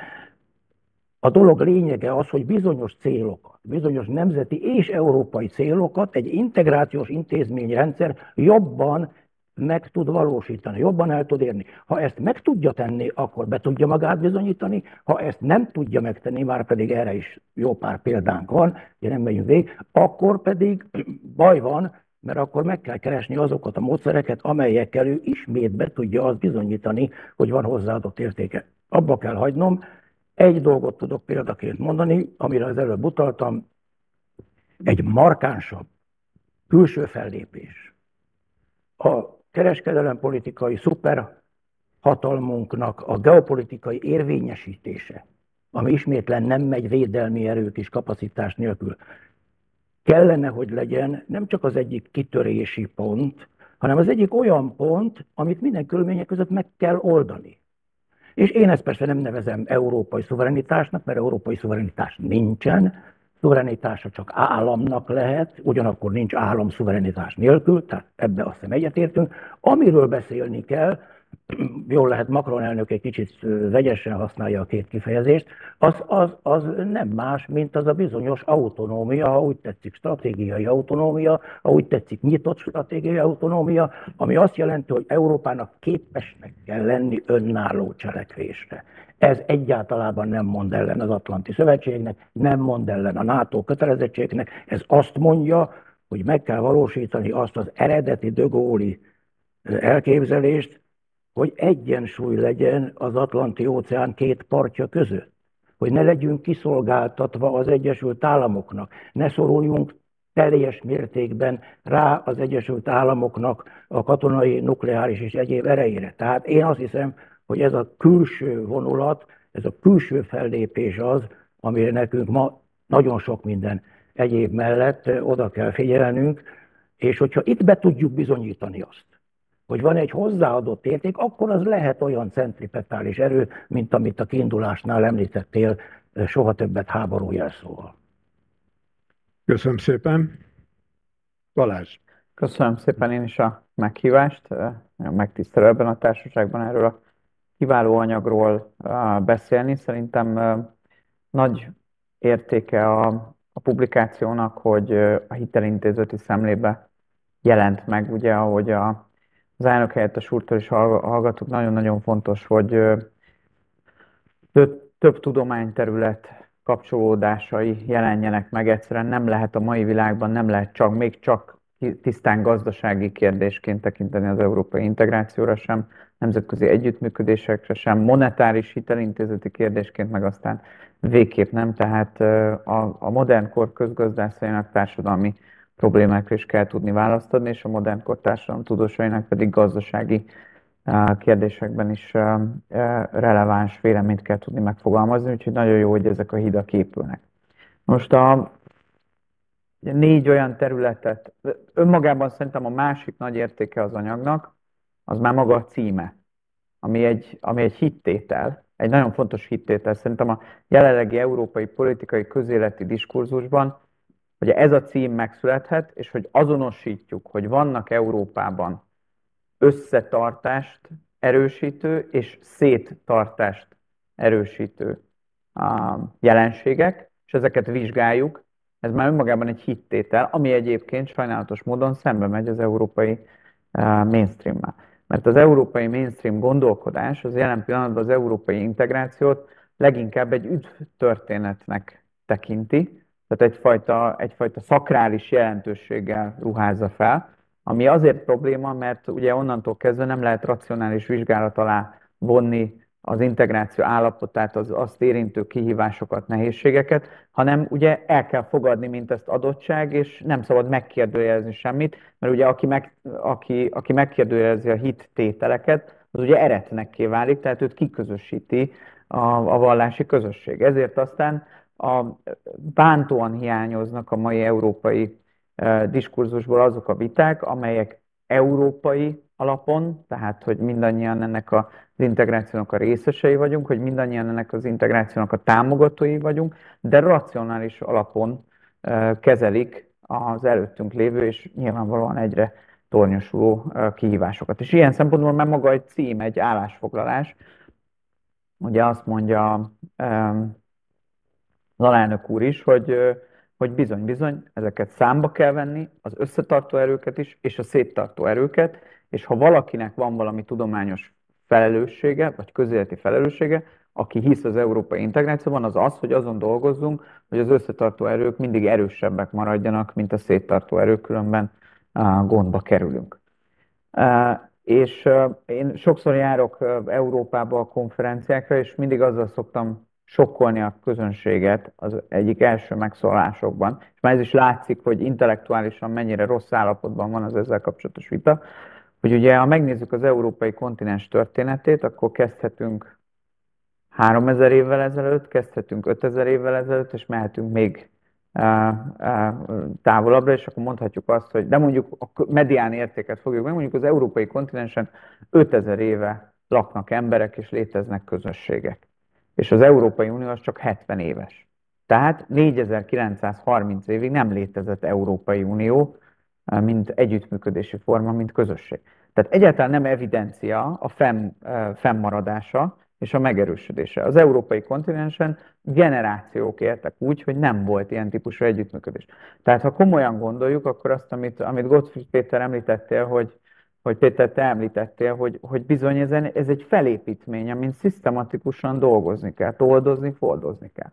A dolog lényege az, hogy bizonyos célokat, bizonyos nemzeti és európai célokat egy integrációs intézményrendszer jobban meg tud valósítani, jobban el tud érni. Ha ezt meg tudja tenni, akkor be tudja magát bizonyítani, ha ezt nem tudja megtenni, már pedig erre is jó pár példánk van, ugye nem megyünk végig, akkor pedig baj van, mert akkor meg kell keresni azokat a módszereket, amelyekkel ő ismét be tudja azt bizonyítani, hogy van hozzáadott értéke. Abba kell hagynom, egy dolgot tudok példaként mondani, amire az előbb utaltam, egy markánsabb külső fellépés. A kereskedelempolitikai szuperhatalmunknak a geopolitikai érvényesítése, ami ismétlen nem megy védelmi erők és kapacitás nélkül, kellene, hogy legyen nem csak az egyik kitörési pont, hanem az egyik olyan pont, amit minden körülmények között meg kell oldani. És én ezt persze nem nevezem európai szuverenitásnak, mert európai szuverenitás nincsen, szuverenitása csak államnak lehet, ugyanakkor nincs állam szuverenitás nélkül, tehát ebbe azt hiszem egyetértünk. Amiről beszélni kell, jól lehet Macron elnök egy kicsit vegyesen használja a két kifejezést, az nem más, mint az a bizonyos autonómia, ha úgy tetszik stratégiai autonómia, ha úgy tetszik nyitott stratégiai autonómia, ami azt jelenti, hogy Európának képesnek kell lenni önálló cselekvésre. Ez egyáltalán nem mond ellen az Atlanti Szövetségnek, nem mond ellen a NATO kötelezettségnek, ez azt mondja, hogy meg kell valósítani azt az eredeti de Gaulle-i elképzelést, hogy egyensúly legyen az Atlanti-óceán két partja között. Hogy ne legyünk kiszolgáltatva az Egyesült Államoknak, ne szoruljunk teljes mértékben rá az Egyesült Államoknak a katonai, nukleáris és egyéb erejére. Tehát én azt hiszem, hogy ez a külső vonulat, ez a külső fellépés az, amire nekünk ma nagyon sok minden egyéb mellett oda kell figyelnünk, és hogyha itt be tudjuk bizonyítani azt, hogy van egy hozzáadott érték, akkor az lehet olyan centripetális erő, mint amit a kiindulásnál említettél, soha többet háború jelszóval. Köszönöm szépen. Balázs. Köszönöm szépen én is a meghívást. Megtisztelő ebben a társaságban erről a kiváló anyagról beszélni. Szerintem nagy értéke a publikációnak, hogy a hitelintézeti szemlébe jelent meg, ugye, ahogy az elnök helyettes úrtól is hallgattuk, nagyon-nagyon fontos, hogy több tudományterület kapcsolódásai jelenjenek meg. Egyszerűen nem lehet a mai világban, nem lehet még csak tisztán gazdasági kérdésként tekinteni az európai integrációra sem, nemzetközi együttműködésekre sem, monetáris hitelintézeti kérdésként, meg aztán végképp nem. Tehát a modern kor közgazdászainak társadalmi problémákra is kell tudni választ adni, és a modern kor társadalomtudósainak pedig gazdasági kérdésekben is releváns véleményt kell tudni megfogalmazni, úgyhogy nagyon jó, hogy ezek a hidak épülnek. Most a 4 olyan területet, önmagában szerintem a másik nagy értéke az anyagnak, az már maga a címe, ami egy hittétel, egy nagyon fontos hittétel. Szerintem a jelenlegi európai politikai közéleti diskurzusban, hogy ez a cím megszülethet, és hogy azonosítjuk, hogy vannak Európában összetartást erősítő és széttartást erősítő jelenségek, és ezeket vizsgáljuk. Ez már önmagában egy hittétel, ami egyébként sajnálatos módon szembe megy az európai mainstreammel. Mert az európai mainstream gondolkodás az jelen pillanatban az európai integrációt leginkább egy üdvtörténetnek tekinti, tehát egyfajta szakrális jelentőséggel ruházza fel, ami azért probléma, mert ugye onnantól kezdve nem lehet racionális vizsgálat alá vonni az integráció állapotát, az azt érintő kihívásokat, nehézségeket, hanem ugye el kell fogadni, mint ezt adottság, és nem szabad megkérdőjelezni semmit, mert ugye aki megkérdőjelezi a hittételeket, az ugye eretnekké válik, tehát őt kiközösíti a vallási közösség. Ezért aztán bántóan hiányoznak a mai európai diskurzusból azok a viták, amelyek európai alapon, tehát hogy mindannyian ennek az integrációnak a részesei vagyunk, hogy mindannyian ennek az integrációnak a támogatói vagyunk, de racionális alapon kezelik az előttünk lévő és nyilvánvalóan egyre tornyosuló kihívásokat. És ilyen szempontból már maga egy cím, egy állásfoglalás, ugye azt mondja az alelnök úr is, hogy bizony, ezeket számba kell venni, az összetartó erőket is, és a széttartó erőket, és ha valakinek van valami tudományos felelőssége, vagy közéleti felelőssége, aki hisz az európai integrációban, az az, hogy azon dolgozzunk, hogy az összetartó erők mindig erősebbek maradjanak, mint a széttartó erők, különben gondba kerülünk. És én sokszor járok Európába a konferenciákra, és mindig azzal szoktam sokkolni a közönséget az egyik első megszólalásokban, és már ez is látszik, hogy intellektuálisan mennyire rossz állapotban van az ezzel kapcsolatos vita, hogy ugye, ha megnézzük az európai kontinens történetét, akkor kezdhetünk 3000 évvel ezelőtt, kezdhetünk 5000 évvel ezelőtt, és mehetünk még távolabbra, és akkor mondhatjuk azt, hogy de mondjuk a medián értéket fogjuk meg, mondjuk az európai kontinensen 5000 éve laknak emberek, és léteznek közösségek. És az Európai Unió az csak 70 éves. Tehát 4930 évig nem létezett Európai Unió, mint együttműködési forma, mint közösség. Tehát egyáltalán nem evidencia a fennmaradása és a megerősödése. Az európai kontinensen generációk éltek úgy, hogy nem volt ilyen típusú együttműködés. Tehát ha komolyan gondoljuk, akkor azt, amit Gottfried Péter említettél, hogy Péter, te említettél, hogy bizony ez egy felépítmény, amin szisztematikusan dolgozni kell, toldozni, fordozni kell.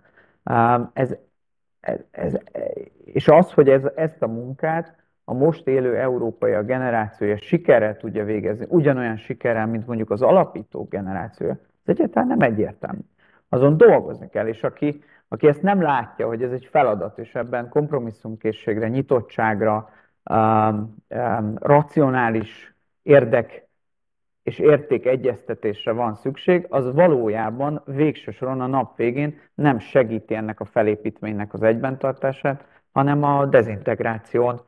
És az, hogy ezt a munkát a most élő európai a generációja sikerrel tudja végezni, ugyanolyan sikerrel, mint mondjuk az alapító generációja, ez egyáltalán nem egyértelmű. azon dolgozni kell, és aki ezt nem látja, hogy ez egy feladat, és ebben kompromisszumkészségre, nyitottságra, racionális érdek és értékegyeztetésre van szükség, az valójában végső soron a nap végén nem segíti ennek a felépítménynek az egybentartását, hanem a dezintegráción,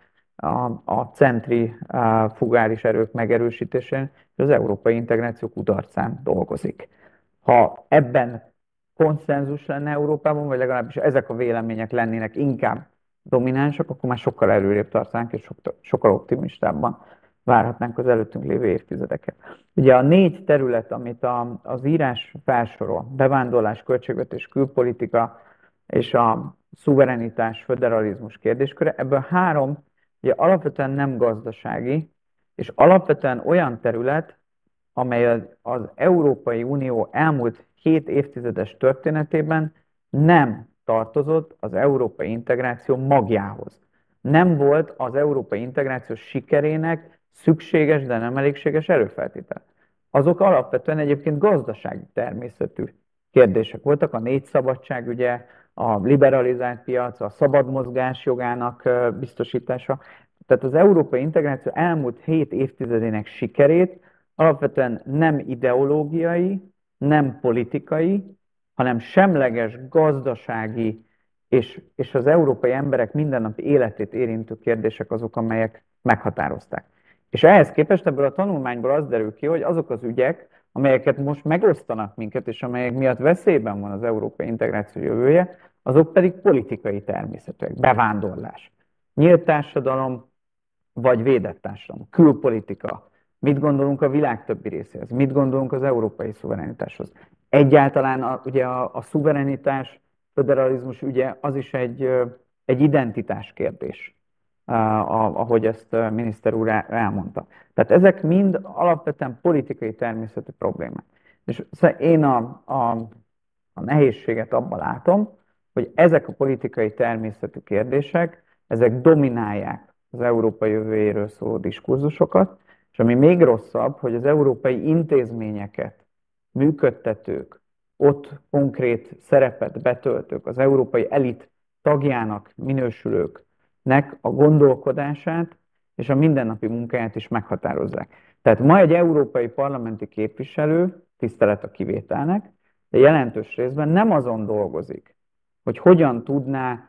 a centrifugális erők megerősítésén és az európai integráció kudarcán dolgozik. Ha ebben konszenzus lenne Európában, vagy legalábbis ezek a vélemények lennének inkább dominánsak, akkor már sokkal előrébb tartanánk, és sokkal optimistábban várhatnánk az előttünk lévő évtizedeket. Ugye a 4 terület, amit az írás felsorol, bevándorlás, költségvetés, külpolitika és a szuverenitás, föderalizmus kérdésköre, ebből 3 ugye alapvetően nem gazdasági, és alapvetően olyan terület, amely az Európai Unió elmúlt 7 évtizedes történetében nem tartozott az európai integráció magjához. Nem volt az európai integráció sikerének szükséges, de nem elégséges előfeltétel. Azok alapvetően egyébként gazdasági természetű kérdések voltak, a 4 szabadságügye, a liberalizált piac, a szabad mozgás jogának biztosítása. Tehát az európai integráció elmúlt 7 évtizedének sikerét alapvetően nem ideológiai, nem politikai, hanem semleges gazdasági és az európai emberek mindennapi életét érintő kérdések azok, amelyek meghatározták. És ehhez képest ebből a tanulmányból az derül ki, hogy azok az ügyek, amelyeket most megosztanak minket, és amelyek miatt veszélyben van az európai integráció jövője, azok pedig politikai természetűek. Bevándorlás, nyílt társadalom, vagy védett társadalom, külpolitika. Mit gondolunk a világ többi részéhez? Mit gondolunk az európai szuverenitáshoz? Egyáltalán ugye a szuverenitás, föderalizmus ügye az is egy identitás kérdés, ahogy ezt miniszter úr elmondta. Tehát ezek mind alapvetően politikai természetű problémák. És én a nehézséget abban látom, hogy ezek a politikai természetű kérdések, ezek dominálják az Európa jövőjéről szóló diskurzusokat, és ami még rosszabb, hogy az európai intézményeket, működtetők, ott konkrét szerepet betöltők, az európai elit tagjának minősülőknek a gondolkodását és a mindennapi munkáját is meghatározzák. Tehát ma egy európai parlamenti képviselő, tisztelet a kivételnek, de jelentős részben nem azon dolgozik, hogy hogyan tudná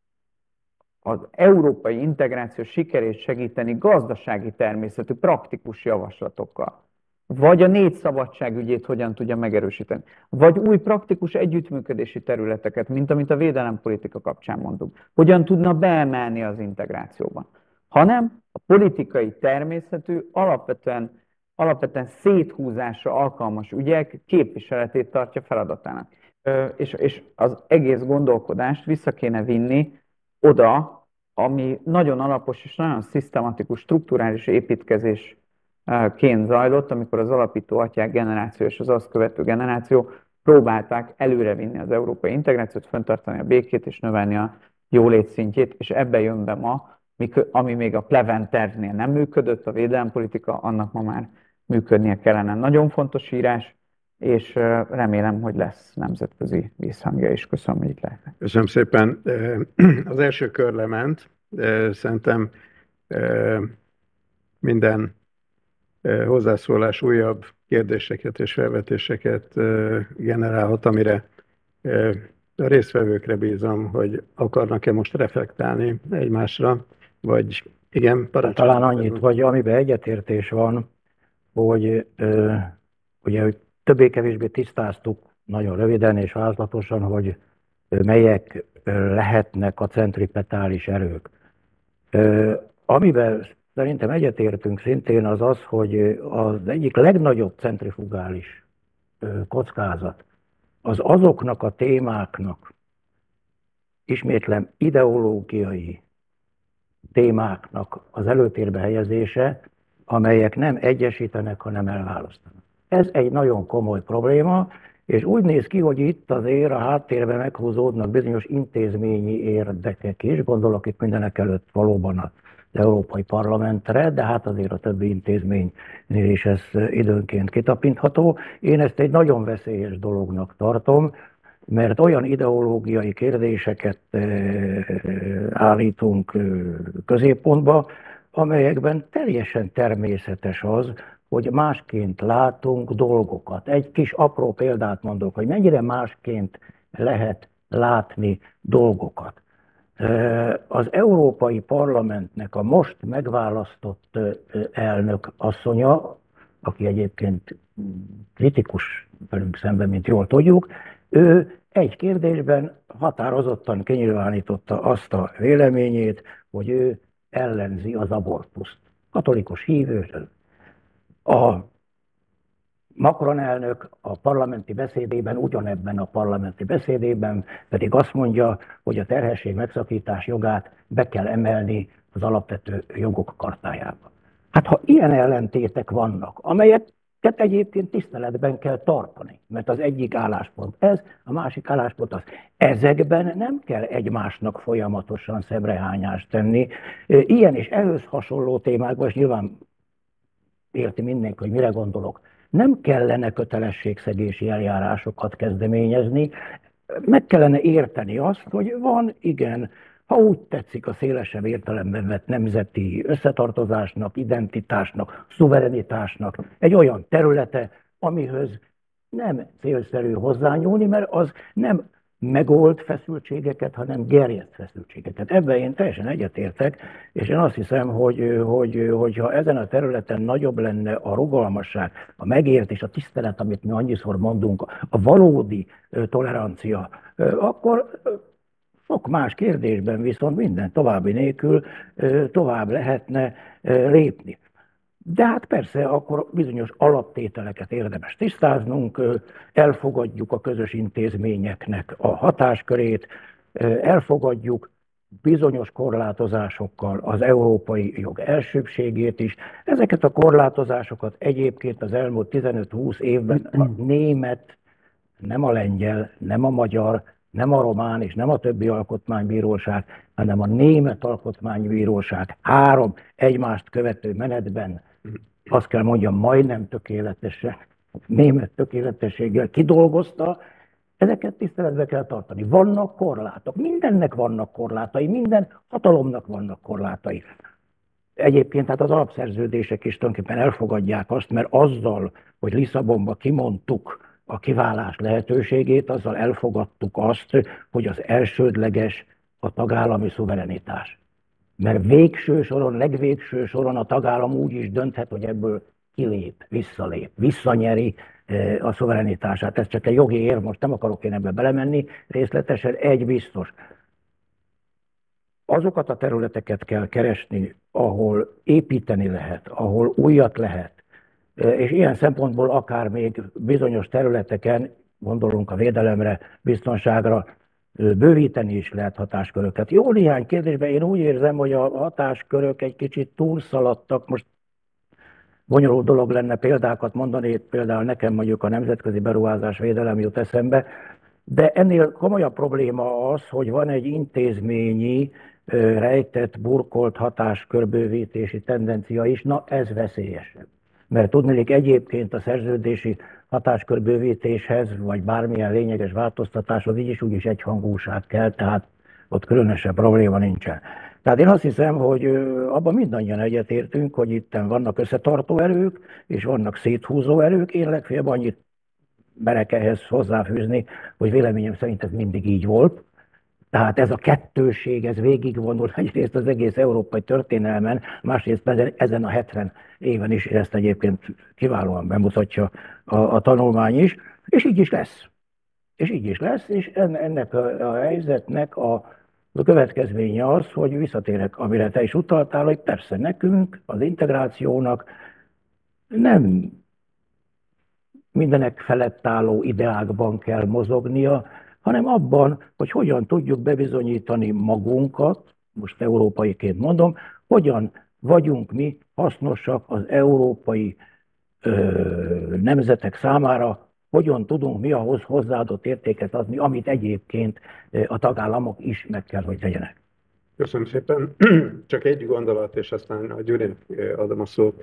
az európai integráció sikerét segíteni gazdasági természetű, praktikus javaslatokkal. Vagy a 4 szabadságügyét hogyan tudja megerősíteni. Vagy új praktikus együttműködési területeket, mint amit a védelempolitika kapcsán mondunk. Hogyan tudna beemelni az integrációban. Hanem a politikai természetű, alapvetően széthúzásra alkalmas ügyek képviseletét tartja feladatának. És az egész gondolkodást vissza kéne vinni oda, ami nagyon alapos és nagyon szisztematikus, strukturális építkezésként zajlott, amikor az alapító atyák generáció és az azt követő generáció próbálták előrevinni az európai integrációt, fenntartani a békét és növelni a jólét szintjét, és ebbe jön be ma, ami még a Pleven tervnél nem működött, a védelempolitika, annak ma már működnie kellene. Nagyon fontos írás, és remélem, hogy lesz nemzetközi visszhangja is. Köszönöm, hogy itt lehetek. Köszönöm szépen. Az első kör lement. Szerintem minden hozzászólás újabb kérdéseket és felvetéseket generálhat, amire a résztvevőkre bízom, hogy akarnak-e most reflektálni egymásra, vagy igen, parancsoljon. Talán annyit, hogy amiben egyetértés van, hogy ugye, hogy többé-kevésbé tisztáztuk nagyon röviden és vázlatosan, hogy melyek lehetnek a centripetális erők. Amiben szerintem egyetértünk szintén az az, hogy az egyik legnagyobb centrifugális kockázat az azoknak a témáknak, ismétlem ideológiai témáknak az előtérbe helyezése, amelyek nem egyesítenek, hanem elválasztanak. Ez egy nagyon komoly probléma, és úgy néz ki, hogy itt azért a háttérben meghúzódnak bizonyos intézményi érdekek is, gondolok itt mindenek előtt valóban az Európai Parlamentre, de hát azért a többi intézménynél is ez időnként kitapintható. Én ezt egy nagyon veszélyes dolognak tartom, mert olyan ideológiai kérdéseket állítunk középpontba, amelyekben teljesen természetes az, hogy másként látunk dolgokat. Egy kis apró példát mondok, hogy mennyire másként lehet látni dolgokat. Az Európai Parlamentnek a most megválasztott elnök asszonya, aki egyébként kritikus velünk szemben, mint jól tudjuk, ő egy kérdésben határozottan kinyilvánította azt a véleményét, hogy ő ellenzi az abortuszt. Katolikus hívő. A Macron elnök a parlamenti beszédében, ugyanebben a parlamenti beszédében pedig azt mondja, hogy a terhesség megszakítás jogát be kell emelni az alapvető jogok kartájába. Hát ha ilyen ellentétek vannak, amelyeket egyébként tiszteletben kell tartani, mert az egyik álláspont ez, a másik álláspont az. Ezekben nem kell egymásnak folyamatosan szemrehányást tenni. Ilyen és ehhez hasonló témákban, és nyilván érti mindenki, hogy mire gondolok, nem kellene kötelességszegési eljárásokat kezdeményezni, meg kellene érteni azt, hogy van, igen, ha úgy tetszik, a szélesebb értelemben vett nemzeti összetartozásnak, identitásnak, szuverenitásnak egy olyan területe, amihöz nem célszerű hozzányúlni, mert az nem megold feszültségeket, hanem gerjedt feszültségeket. Ebben én teljesen egyetértek, és én azt hiszem, hogyha ezen a területen nagyobb lenne a rugalmasság, a megértés, a tisztelet, amit mi annyiszor mondunk, a valódi tolerancia, akkor sok más kérdésben viszont minden további nélkül tovább lehetne lépni. De hát persze, akkor bizonyos alaptételeket érdemes tisztáznunk, elfogadjuk a közös intézményeknek a hatáskörét, elfogadjuk bizonyos korlátozásokkal az európai jog elsőbbségét is. Ezeket a korlátozásokat egyébként az elmúlt 15-20 évben a német, nem a lengyel, nem a magyar, nem a román és nem a többi alkotmánybíróság, hanem a német alkotmánybíróság 3 egymást követő menetben, azt kell mondjam, majdnem tökéletesen, német tökéletességgel kidolgozta, ezeket tiszteletbe kell tartani. Vannak korlátok, mindennek vannak korlátai, minden hatalomnak vannak korlátai. Egyébként hát az alapszerződések is tulajdonképpen elfogadják azt, mert azzal, hogy Lisszabonba kimondtuk a kiválás lehetőségét, azzal elfogadtuk azt, hogy az elsődleges a tagállami szuverenitás. Mert végső soron, legvégső soron a tagállam úgy is dönthet, hogy ebből kilép, visszanyeri a szuverenitását. Ez csak egy jogi érv, most nem akarok én ebbe belemenni részletesen, egy biztos. Azokat a területeket kell keresni, ahol építeni lehet, ahol újat lehet, és ilyen szempontból akár még bizonyos területeken, gondolunk a védelemre, biztonságra, bővíteni is lehet hatásköröket. Jó néhány kérdésben én úgy érzem, hogy a hatáskörök egy kicsit túlszaladtak. Most bonyolult dolog lenne példákat mondani, például nekem mondjuk a nemzetközi beruházás védelem jut eszembe, de ennél komolyabb probléma az, hogy van egy intézményi, rejtett, burkolt hatáskörbővítési tendencia is, na ez veszélyesebb. Mert tudniillik egyébként a szerződési hatáskörbővítéshez, vagy bármilyen lényeges változtatáshoz így is úgyis egyhangúság kell, tehát ott különösebb probléma nincsen. Tehát én azt hiszem, hogy abban mindannyian egyetértünk, hogy itt vannak összetartó erők, és vannak széthúzó erők. Én legfeljebb annyit merek ehhez hozzáfűzni, hogy véleményem szerint ez mindig így volt. Tehát ez a kettőség, ez végigvonul egyrészt az egész európai történelmen, másrészt ezen a 70 éven is, ezt egyébként kiválóan bemutatja a tanulmány is, és így is lesz. És ennek a helyzetnek a következménye az, hogy visszatérek, amire te is utaltál, hogy persze nekünk, az integrációnak nem mindenek felett álló ideákban kell mozognia, hanem abban, hogy hogyan tudjuk bebizonyítani magunkat, most európaiként mondom, hogyan vagyunk mi hasznosak az európai nemzetek számára, hogyan tudunk mi ahhoz hozzáadott értéket adni, amit egyébként a tagállamok is meg kell, hogy tegyenek. Köszönöm szépen. Csak egy gondolat, és aztán a Gyurinek adom a szót,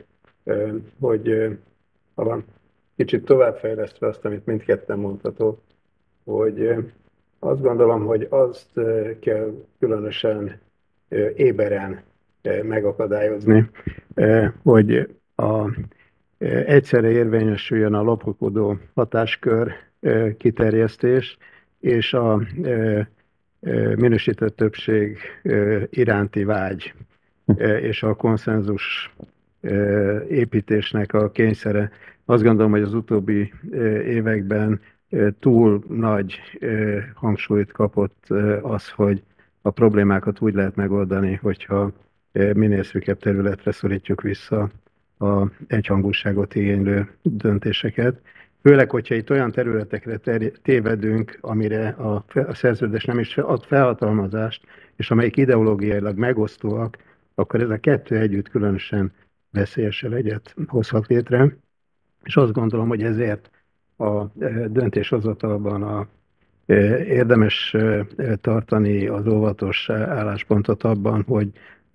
hogy kicsit továbbfejlesztve azt, amit mindketten mondhatok, hogy azt gondolom, hogy azt kell különösen éberen megakadályozni, hogy egyszerre érvényesüljön a lopkodó hatáskör kiterjesztés és a minősített többség iránti vágy és a konszenzus építésnek a kényszere. Azt gondolom, hogy az utóbbi években túl nagy hangsúlyt kapott az, hogy a problémákat úgy lehet megoldani, hogyha minél szűkebb területre szorítjuk vissza a egyhangúságot igénylő döntéseket. Főleg, hogyha itt olyan területekre tévedünk, amire a szerződés nem is ad felhatalmazást, és amelyik ideológiailag megosztóak, akkor ez a kettő együtt különösen veszélyes egyet hozhat létre. És azt gondolom, hogy ezért a döntéshozatalban érdemes tartani az óvatos álláspontot abban, hogy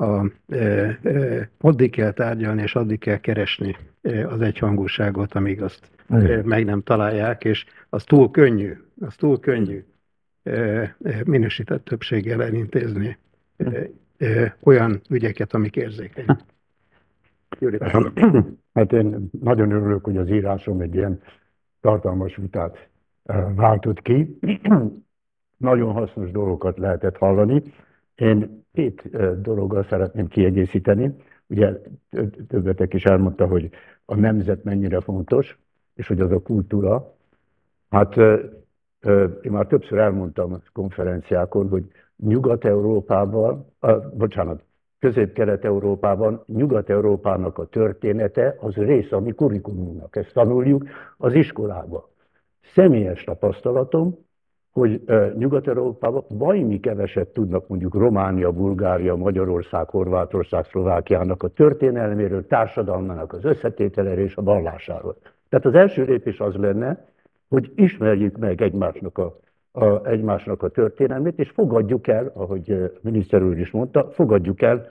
addig kell tárgyalni, és addig kell keresni az egyhangúságot, amíg azt meg nem találják, és az túl könnyű minősített többséggel elintézni olyan ügyeket, amik érzékenyek. Hát én nagyon örülök, hogy az írásom egy ilyen tartalmas vitát váltott ki. Nagyon hasznos dolgokat lehetett hallani. Én két dologgal szeretném kiegészíteni. Ugye többetek is elmondta, hogy a nemzet mennyire fontos, és hogy az a kultúra. Hát én már többször elmondtam konferenciákon, hogy Közép-Kelet-Európában, Nyugat-Európának a története az része a mi kurikulumunknak. Ezt tanuljuk az iskolában. Személyes tapasztalatom, hogy Nyugat-Európában valami keveset tudnak mondjuk Románia, Bulgária, Magyarország, Horvátország, Szlovákiának a történelméről, társadalmának az összetételéről és a vallásáról. Tehát az első lépés az lenne, hogy ismerjük meg egymásnak a történelmét, és fogadjuk el, ahogy miniszter úr is mondta, fogadjuk el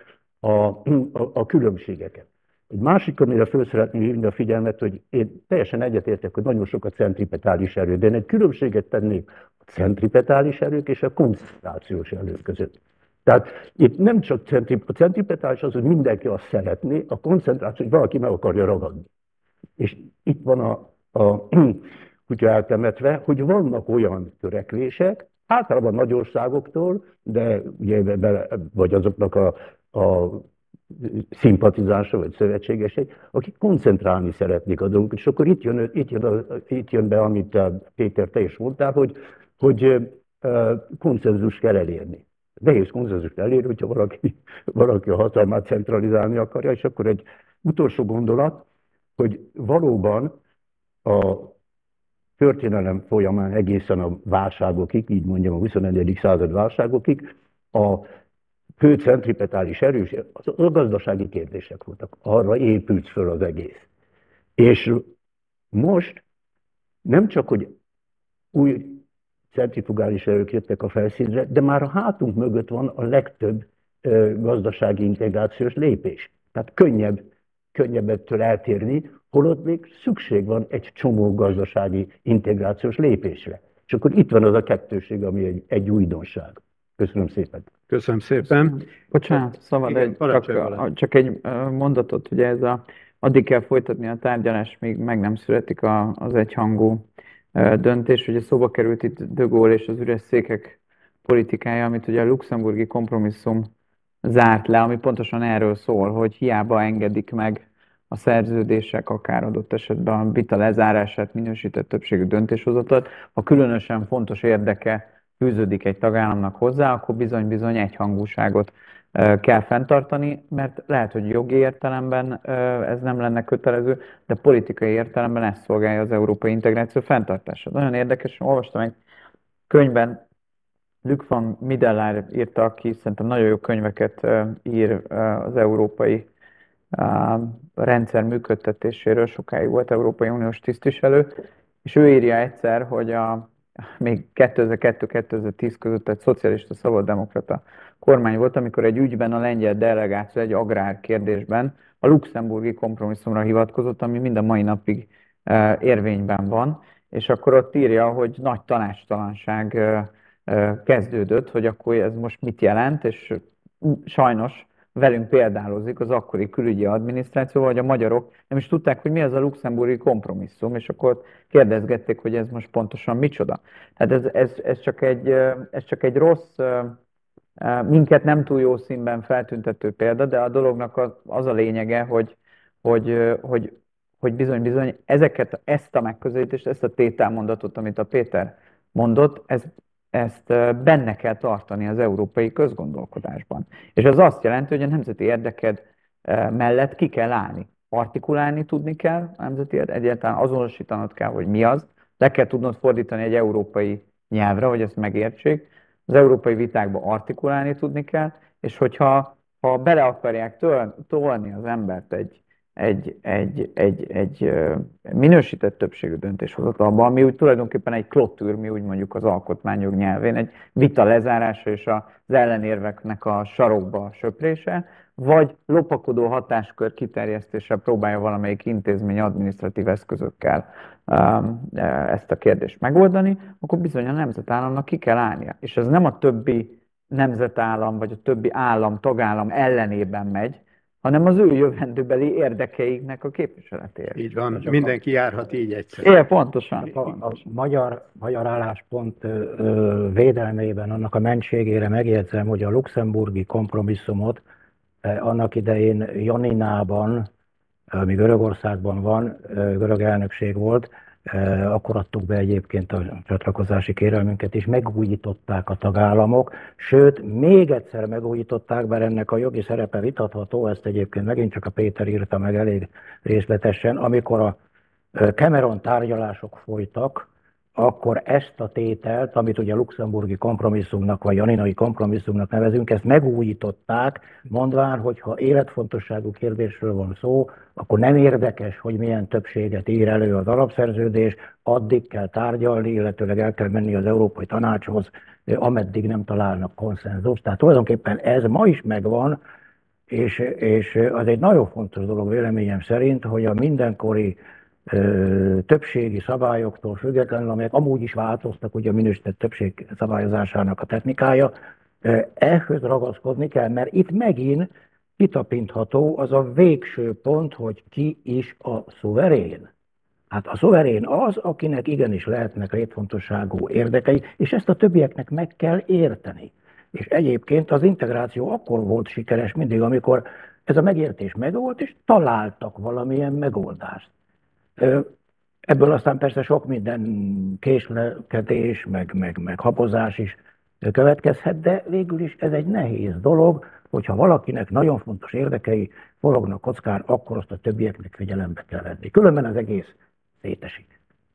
a különbségeket. Egy másik, amire föl szeretném hívni a figyelmet, hogy én teljesen egyetértek, hogy nagyon sok a centripetális erő, de én egy különbséget tennék a centripetális erők és a koncentrációs erők között. Tehát itt nem csak a centripetális az, hogy mindenki azt szeretné, a koncentráció, hogy valaki meg akarja ragadni. És itt van a kutya eltemetve, hogy vannak olyan törekvések, általában nagy országoktól, de ugye vagy azoknak a szimpatizánsa vagy szövetségesek, akik koncentrálni szeretnék a dolgokat. És akkor itt jön be, amit Péter, te is mondtál, hogy konszenzus kell elérni. Nehéz konszenzust elérni, hogyha valaki a hatalmát centralizálni akarja, és akkor egy utolsó gondolat, hogy valóban a történelem folyamán egészen a válságokig, így mondjam a 21. század válságokig, a fő centripetális erős, a gazdasági kérdések voltak. Arra épült föl az egész. És most nem csak, hogy új centrifugális erők jöttek a felszínre, de már a hátunk mögött van a legtöbb gazdasági integrációs lépés. Tehát könnyebb ettől eltérni, holott még szükség van egy csomó gazdasági integrációs lépésre. És akkor itt van az a kettőség, ami egy újdonság. Köszönöm szépen. Köszönöm szépen. Bocsánat, szabad csak egy mondatot, ugye addig kell folytatni a tárgyalást, míg meg nem születik az egyhangú döntés. Ugye szóba került itt de Gaulle és az üres székek politikája, amit ugye a luxemburgi kompromisszum zárt le, ami pontosan erről szól, hogy hiába engedik meg a szerződések, akár adott esetben a vita lezárását, minősített többségű döntéshozatot, ha különösen fontos érdeke fűződik egy tagállamnak hozzá, akkor bizony-bizony egyhangúságot kell fenntartani, mert lehet, hogy jogi értelemben ez nem lenne kötelező, de politikai értelemben ezt szolgálja az európai integráció fenntartása. Nagyon érdekes, olvastam egy könyvben, Luc van Middelaar írta, aki szerintem nagyon jó könyveket ír az európai rendszer működtetéséről, sokáig volt Európai Uniós tisztviselő, és ő írja egyszer, hogy még 2002-2010 között egy szocialista szabaddemokrata kormány volt, amikor egy ügyben a lengyel delegáció egy agrárkérdésben a luxemburgi kompromisszumra hivatkozott, ami mind a mai napig érvényben van, és akkor ott írja, hogy nagy tanácstalanság kezdődött, hogy akkor ez most mit jelent, és sajnos velünk példálozik az akkori külügyi adminisztráció, hogy a magyarok nem is tudták, hogy mi az a luxemburgi kompromisszum, és akkor kérdezgették, hogy ez most pontosan micsoda. Tehát ez csak egy rossz, minket nem túl jó színben feltüntető példa, de a dolognak az a lényege, hogy, hogy, hogy bizony ezt a megközelítést, ezt a tételmondatot, amit a Péter mondott, ezt benne kell tartani az európai közgondolkodásban. És az azt jelenti, hogy a nemzeti érdeked mellett ki kell állni. Artikulálni tudni kell a nemzeti érdeked, egyáltalán azonosítanod kell, hogy mi az, le kell tudnod fordítani egy európai nyelvre, hogy ezt megértsék, az európai vitákba artikulálni tudni kell, és hogyha bele akarják tolni az embert egy minősített többségű döntéshozatalba, ami úgy tulajdonképpen egy klotűr, mi úgy mondjuk az alkotmányjog nyelvén, egy vita lezárása és az ellenérveknek a sarokba söprése, vagy lopakodó hatáskör kiterjesztéssel próbálja valamelyik intézmény adminisztratív eszközökkel ezt a kérdést megoldani, akkor bizony a nemzetállamnak ki kell állnia. És ez nem a többi nemzetállam, vagy a többi tagállam ellenében megy, hanem az ő jövendőbeli érdekeiknek a képviseletéért. Így van, mindenki járhat így egyszer. Igen, pontosan. A magyar álláspont védelmében, annak a mentségére megjegyzem, hogy a luxemburgi kompromisszumot annak idején Janinában, ami Görögországban van, görög elnökség volt, akkor adtuk be egyébként a csatlakozási kérelmünket, és megújították a tagállamok, sőt, még egyszer megújították, bár ennek a jogi szerepe vitatható, ezt egyébként megint csak a Péter írta meg elég részletesen, amikor a Cameron tárgyalások folytak, akkor ezt a tételt, amit ugye a luxemburgi kompromisszumnak, vagy janinai kompromisszumnak nevezünk, ezt megújították, mondván, hogy ha életfontosságú kérdésről van szó, akkor nem érdekes, hogy milyen többséget ír elő az alapszerződés, addig kell tárgyalni, illetőleg el kell menni az Európai Tanácshoz, ameddig nem találnak konszenzust. Tehát tulajdonképpen ez ma is megvan, és az egy nagyon fontos dolog véleményem szerint, hogy a mindenkori többségi szabályoktól függetlenül, amelyek amúgy is változtak, ugye a minősített többség szabályozásának a technikája, ehhez ragaszkodni kell, mert itt megint kitapintható az a végső pont, hogy ki is a szuverén. Hát a szuverén az, akinek igenis lehetnek létfontosságú érdekei, és ezt a többieknek meg kell érteni. És egyébként az integráció akkor volt sikeres mindig, amikor ez a megértés megvolt, és találtak valamilyen megoldást. Ebből aztán persze sok minden késlekedés, meg habozás is következhet, de végül is ez egy nehéz dolog, hogyha valakinek nagyon fontos érdekei forognak kockán, akkor azt a többieknek figyelembe kell venni. Különben az egész szétesik.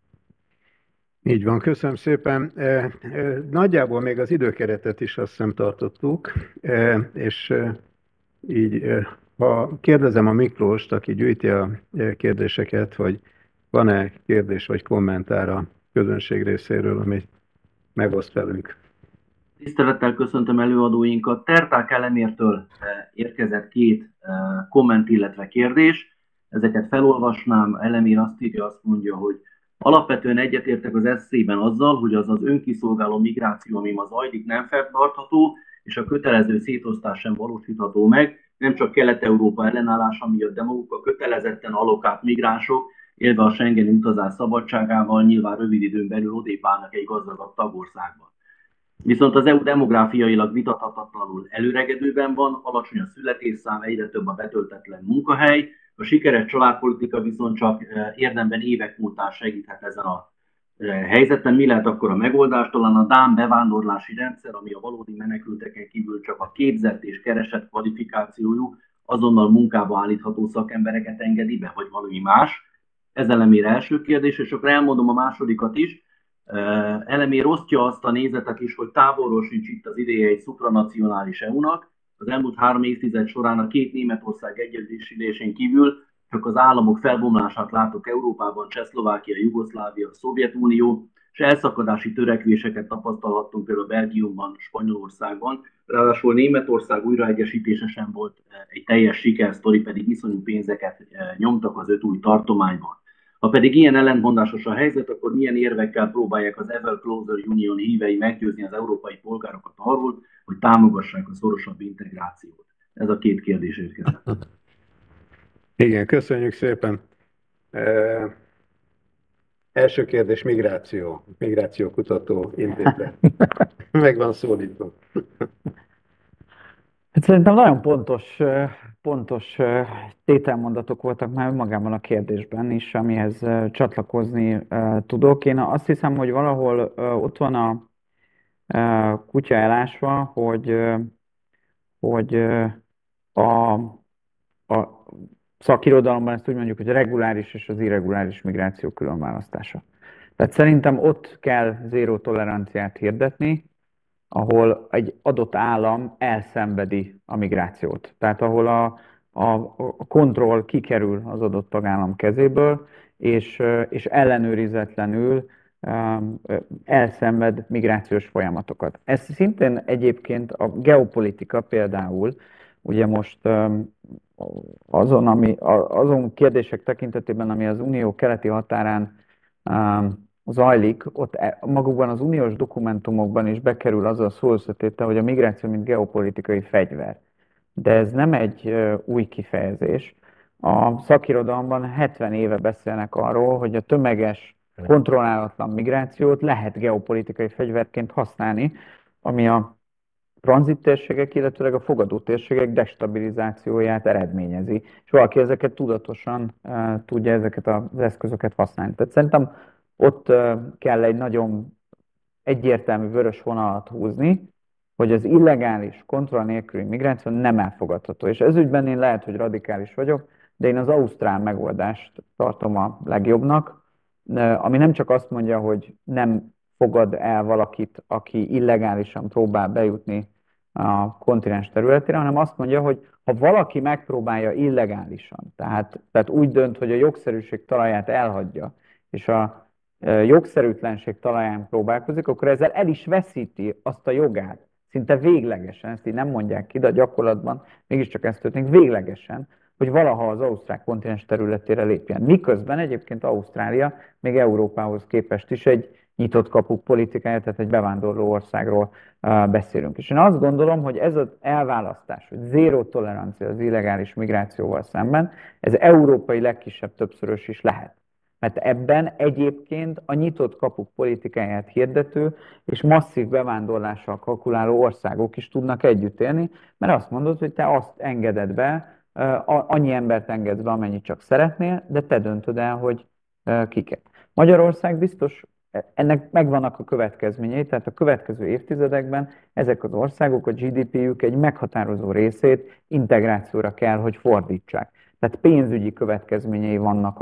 Így van, köszönöm szépen. Nagyjából még az időkeretet is azt hiszem tartottuk, és így, ha kérdezem a Miklóst, aki gyűjti a kérdéseket, hogy van-e kérdés vagy kommentár a közönség részéről, amit megoszt velünk? Tisztelettel köszöntöm előadóinkat. Terták Elemértől érkezett 2 komment, illetve kérdés. Ezeket felolvasnám. Elemér azt írja, azt mondja, hogy alapvetően egyetértek az eszében azzal, hogy az önkiszolgáló migráció, ami ma zajlik, nem fenntartható, és a kötelező szétosztás sem valósítható meg. Nem csak Kelet-Európa ellenállása miatt, de maguk a kötelezetten alokált migránsok, élve a Schengeni utazás szabadságával nyilván rövid időn belül odébb állnak egy gazdagabb tagországban. Viszont az EU demográfiailag vitathatatlanul előregedőben van, alacsony a születésszám, egyre több a betöltetlen munkahely, a sikeres családpolitika viszont csak érdemben évek múltán segíthet ezen a helyzeten. Mi lehet akkor a megoldás? Talán a dán bevándorlási rendszer, ami a valódi menekülteken kívül csak a képzett és keresett kvalifikációjú, azonnal munkába állítható szakembereket engedi be, vagy valami más. Ez Elemér első kérdés, és akkor elmondom a másodikat is. Elemér osztja azt a nézetet is, hogy távolról sincs itt az ideje egy szupranacionális EU-nak. Az elmúlt 3 évtized során a 2 Németország egyesülésén kívül csak az államok felbomlását látok Európában, Csehszlovákia, Jugoszlávia, Szovjetunió, és elszakadási törekvéseket tapasztalhattunk például Belgiumban, Spanyolországban. Ráadásul Németország újraegyesítése sem volt egy teljes sikersztori, pedig iszonyú pénzeket nyomtak az 5 új tartományban. Ha pedig ilyen ellentmondásos a helyzet, akkor milyen érvekkel próbálják az Ever Closer Union hívei meggyőzni az európai polgárokat arról, hogy támogassák a szorosabb integrációt? Ez a két kérdés érkezett. Igen, köszönjük szépen. Első kérdés, Migrációkutató Intézet. Meg van szólítva. Hát szerintem nagyon pontos tételmondatok voltak már önmagában a kérdésben is, amihez csatlakozni tudok. Én azt hiszem, hogy valahol ott van a kutya elásva, hogy a szakirodalomban ezt úgy mondjuk, hogy a reguláris és az irreguláris migráció különválasztása. Tehát szerintem ott kell zéró toleranciát hirdetni, ahol egy adott állam elszenvedi a migrációt. Tehát ahol a kontroll kikerül az adott tagállam kezéből, és ellenőrizetlenül elszenved migrációs folyamatokat. Ez szintén egyébként a geopolitika például, ugye most azon kérdések tekintetében, ami az unió keleti határán zajlik, ott magukban az uniós dokumentumokban is bekerül az a szó összetéte, hogy a migráció mint geopolitikai fegyver. De ez nem egy új kifejezés. A szakirodalomban 70 éve beszélnek arról, hogy a tömeges, kontrollálatlan migrációt lehet geopolitikai fegyverként használni, ami a tranzittérségek, illetőleg a fogadó térségek destabilizációját eredményezi. És valaki ezeket tudatosan tudja ezeket az eszközöket használni. Tehát szerintem ott kell egy nagyon egyértelmű vörös vonalat húzni, hogy az illegális, kontroll nélküli migráció nem elfogadható. És ez ügyben én lehet, hogy radikális vagyok, de én az ausztrál megoldást tartom a legjobbnak, ami nem csak azt mondja, hogy nem fogad el valakit, aki illegálisan próbál bejutni a kontinens területére, hanem azt mondja, hogy ha valaki megpróbálja illegálisan, tehát úgy dönt, hogy a jogszerűség talaját elhagyja, és a jogszerűtlenség talaján próbálkozik, akkor ezzel el is veszíti azt a jogát, szinte véglegesen, ezt így nem mondják ki, de a gyakorlatban mégiscsak ezt történik, véglegesen, hogy valaha az ausztrál kontinens területére lépjen. Miközben egyébként Ausztrália még Európához képest is egy nyitott kapuk politikája, tehát egy bevándorló országról beszélünk. És én azt gondolom, hogy ez az elválasztás, hogy zéró tolerancia az illegális migrációval szemben, ez európai legkisebb többszörös is lehet. Mert ebben egyébként a nyitott kapuk politikáját hirdető és masszív bevándorlással kalkuláló országok is tudnak együtt élni, mert azt mondod, hogy te azt engeded be, annyi embert engedsz be, amennyit csak szeretnél, de te döntöd el, hogy kiket. Magyarország biztos, ennek megvannak a következményei, tehát a következő évtizedekben ezek az országok a GDP-jük egy meghatározó részét integrációra kell, hogy fordítsák. Tehát pénzügyi következményei vannak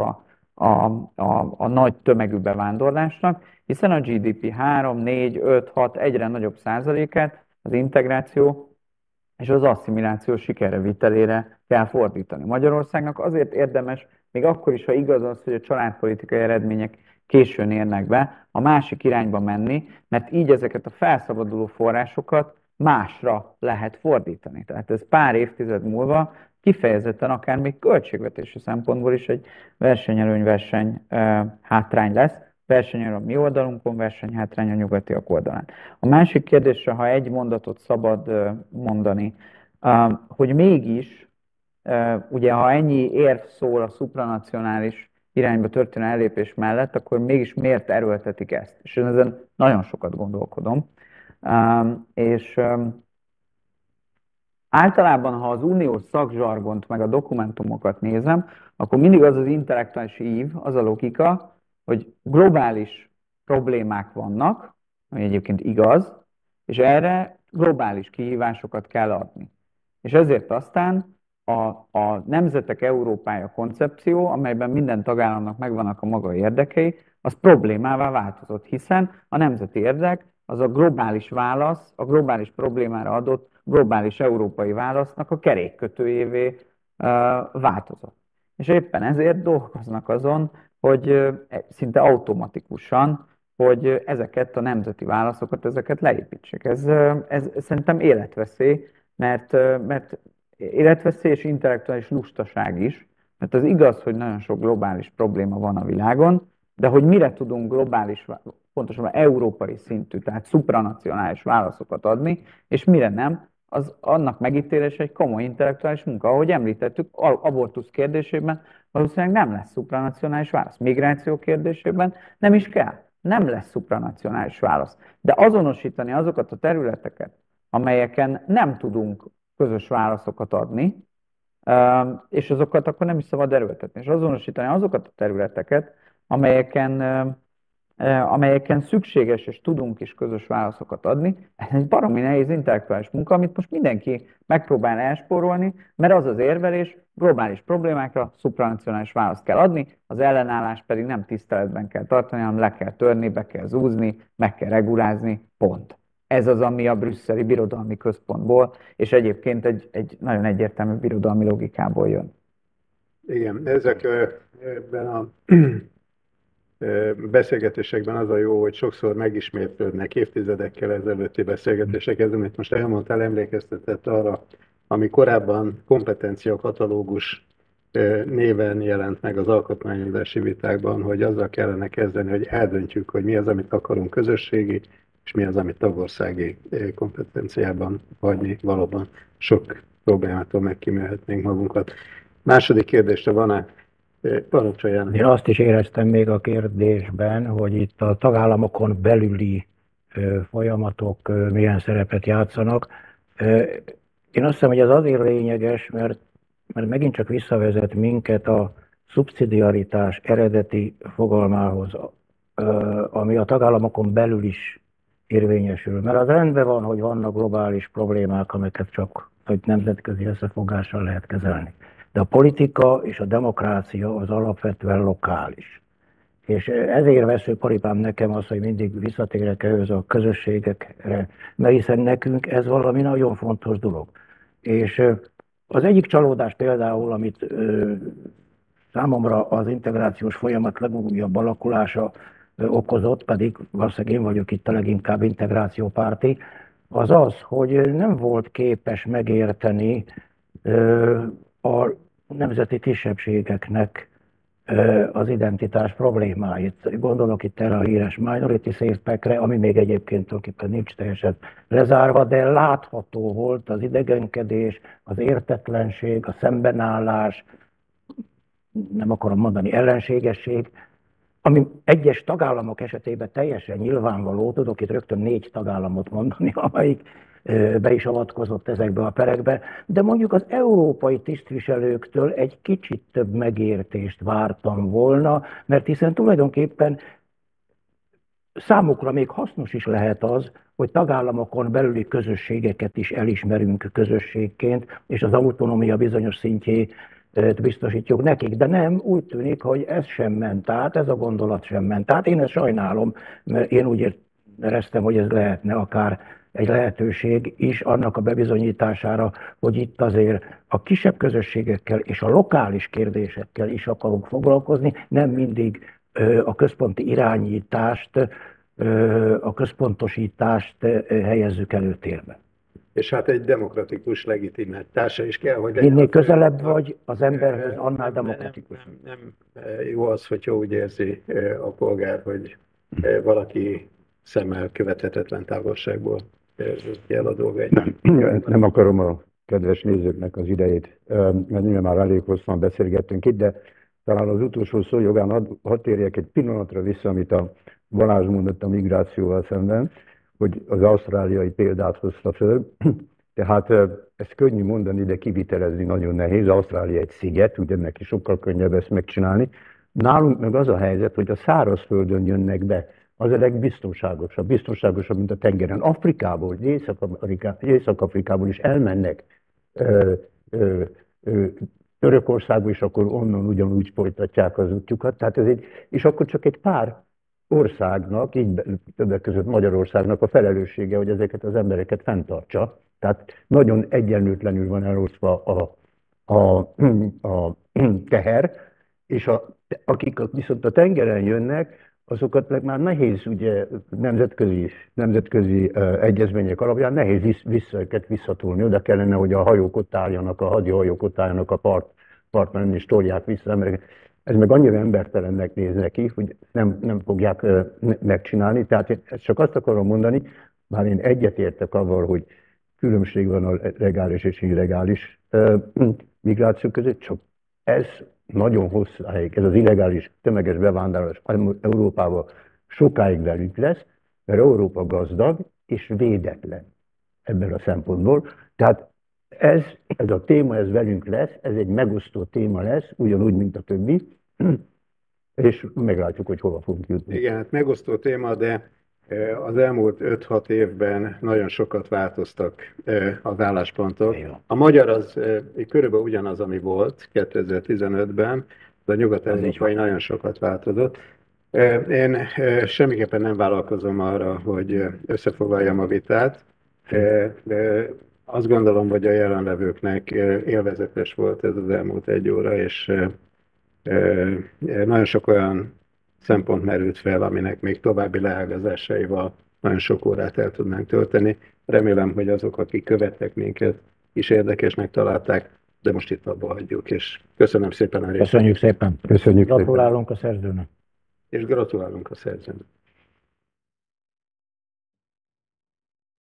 a nagy tömegű bevándorlásnak, hiszen a GDP 3, 4, 5, 6 egyre nagyobb százalékát az integráció és az asszimiláció sikerrevitelére kell fordítani. Magyarországnak azért érdemes, még akkor is, ha igaz az, hogy a családpolitikai eredmények későn érnek be, a másik irányba menni, mert így ezeket a felszabaduló forrásokat másra lehet fordítani. Tehát ez pár évtized múlva kifejezetten akár még költségvetési szempontból is egy versenyelőny-verseny hátrány lesz. Versenyelőny a mi oldalunkon, versenyhátrány a nyugatiak oldalán. A másik kérdésre, ha egy mondatot szabad mondani, hogy mégis, ugye ha ennyi érv szól a szupranacionális irányba történő ellépés mellett, akkor mégis miért erőltetik ezt? És ezen nagyon sokat gondolkodom. És általában, ha az uniós szakzsargont meg a dokumentumokat nézem, akkor mindig az az intellektuális ív, az a logika, hogy globális problémák vannak, ami egyébként igaz, és erre globális kihívásokat kell adni. És ezért aztán a Nemzetek Európája koncepció, amelyben minden tagállamnak megvannak a maga érdekei, az problémává változott, hiszen a nemzeti érdek az a globális válasz, a globális problémára adott globális európai válasznak a kerékkötőjévé változott. És éppen ezért dolgoznak azon, hogy szinte automatikusan, hogy ezeket a nemzeti válaszokat, ezeket leépítsék. Ez szerintem életveszély, mert életveszély és intellektuális lustaság is, Mert az igaz, hogy nagyon sok globális probléma van a világon, de hogy mire tudunk globális, pontosabban európai szintű, tehát supranacionális válaszokat adni, és mire nem, az annak megítélése egy komoly intellektuális munka. Ahogy említettük, abortusz kérdésében valószínűleg nem lesz supranacionális válasz. Migráció kérdésében nem is kell. Nem lesz supranacionális válasz. De azonosítani azokat a területeket, amelyeken nem tudunk közös válaszokat adni, és azokat akkor nem is szabad erőltetni. És azonosítani azokat a területeket, amelyeken szükséges és tudunk is közös válaszokat adni. Ez egy baromi nehéz intellektuális munka, amit most mindenki megpróbál elspórolni, mert az az érvelés, globális problémákra szupranacionális választ kell adni, az ellenállás pedig nem tiszteletben kell tartani, hanem le kell törni, be kell zúzni, meg kell regulázni, pont. Ez az, ami a brüsszeli birodalmi központból, és egyébként egy nagyon egyértelmű birodalmi logikából jön. Igen, ezekben a beszélgetésekben az a jó, hogy sokszor megismétlődnek évtizedekkel ezelőtti beszélgetések, ez, amit most elmondtál, emlékeztetett arra, ami korábban kompetenciakatalógus néven jelent meg az alkotmányozási vitákban, hogy azzal kellene kezdeni, hogy eldöntjük, hogy mi az, amit akarunk közösségi, és mi az, amit tagországi kompetenciában hagyni. Valóban sok problémától megkímélhetnénk magunkat. Második kérdésre van-e? Parancsoljon. Én azt is éreztem még a kérdésben, hogy itt a tagállamokon belüli folyamatok milyen szerepet játszanak. Én azt hiszem, hogy ez azért lényeges, mert megint csak visszavezet minket a szubszidiaritás eredeti fogalmához, ami a tagállamokon belül is érvényesül. Mert az rendben van, hogy vannak globális problémák, amiket csak nemzetközi összefogással lehet kezelni. De a politika és a demokrácia az alapvetően lokális. És ezért vesző paripám nekem az, hogy mindig visszatérek ehhez a közösségekre, mert hiszen nekünk ez valami nagyon fontos dolog. És az egyik csalódás például, amit számomra az integrációs folyamat legújabb alakulása okozott, pedig valószínűleg én vagyok itt a leginkább integrációpárti, az az, hogy nem volt képes megérteni a nemzeti kisebbségeknek az identitás problémáit. Gondolok itt erre a híres Minority Safe Pack-re, ami még egyébként tulajdonképpen nincs teljesen lezárva, de látható volt az idegenkedés, az értetlenség, a szembenállás, nem akarom mondani ellenségesség, ami egyes tagállamok esetében teljesen nyilvánvaló, tudok itt rögtön 4 tagállamot mondani, amelyik be is avatkozott ezekbe a perekbe, de mondjuk az európai tisztviselőktől egy kicsit több megértést vártam volna, mert hiszen tulajdonképpen számukra még hasznos is lehet az, hogy tagállamokon belüli közösségeket is elismerünk közösségként, és az autonómia bizonyos szintjét biztosítjuk nekik, de nem, úgy tűnik, hogy ez sem ment át, ez a gondolat sem ment át. Én ezt sajnálom, mert én úgy éreztem, hogy ez lehetne akár egy lehetőség is annak a bebizonyítására, hogy itt azért a kisebb közösségekkel és a lokális kérdésekkel is akarunk foglalkozni, nem mindig a központi irányítást, a központosítást helyezzük előtérbe. És hát egy demokratikus legitimitása is kell, hogy Minél közelebb vagy az emberhez, annál demokratikus. Nem jó az, hogyha úgy érzi a polgár, hogy valaki szemmel követhetetlen távolságból el a dolgait. Nem akarom a kedves nézőknek az idejét, mert nyilván már elég hosszan beszélgettünk itt, de talán az utolsó szó jogán hadd térjek egy pillanatra vissza, amit a Balázs mondott a migrációval szemben, hogy az ausztráliai példát hozta föl. Tehát ezt könnyű mondani, de kivitelezni nagyon nehéz. Ausztrália egy sziget, ugye neki sokkal könnyebb ezt megcsinálni. Nálunk meg az a helyzet, hogy a szárazföldön jönnek be. Az a legbiztonságosabb, biztonságosabb, mint a tengeren. Afrikából, Észak-Afrikából is elmennek Törökországba, és akkor onnan ugyanúgy folytatják az útjukat. Tehát és akkor csak egy pár országnak, így többek között Magyarországnak a felelőssége, hogy ezeket az embereket fenntartsa. Tehát nagyon egyenlőtlenül van elosztva a teher, és akik viszont a tengeren jönnek, azokat meg már nehéz, ugye nemzetközi egyezmények alapján nehéz őket visszatolni. Oda kellene, hogy a hajók ott álljanak, a hadihajók ott álljanak a partneren is tolják vissza, mert ez meg annyira embertelennek néz neki, hogy nem fogják megcsinálni. Tehát én csak azt akarom mondani, bár én egyetértek avval, hogy különbség van a legális és illegális migráció között, csak ez nagyon hosszáig, ez az illegális tömeges bevándorlás Európában sokáig velünk lesz, mert Európa gazdag és védetlen ebből a szempontból. Tehát ez a téma, ez velünk lesz, ez egy megosztó téma lesz, ugyanúgy, mint a többi, és meglátjuk, hogy hova fogunk jutni. Igen, hát megosztó téma, de az elmúlt 5-6 évben nagyon sokat változtak az álláspontok. A magyar az körülbelül ugyanaz, ami volt 2015-ben, de a nyugat-európai nagyon sokat változott. Én semmiképpen nem vállalkozom arra, hogy összefoglaljam a vitát. Azt gondolom, hogy a jelenlevőknek élvezetes volt ez az elmúlt 1 óra, és nagyon sok olyan szempont merült fel, aminek még további leágazásaival nagyon sok órát el tudnánk tölteni. Remélem, hogy azok, akik követtek minket, is érdekesnek találták, de most itt abba hagyjuk, és köszönöm szépen a részt. Köszönjük szépen. Köszönjük szépen. Gratulálunk a szerzőnek. És gratulálunk a szerzőnek.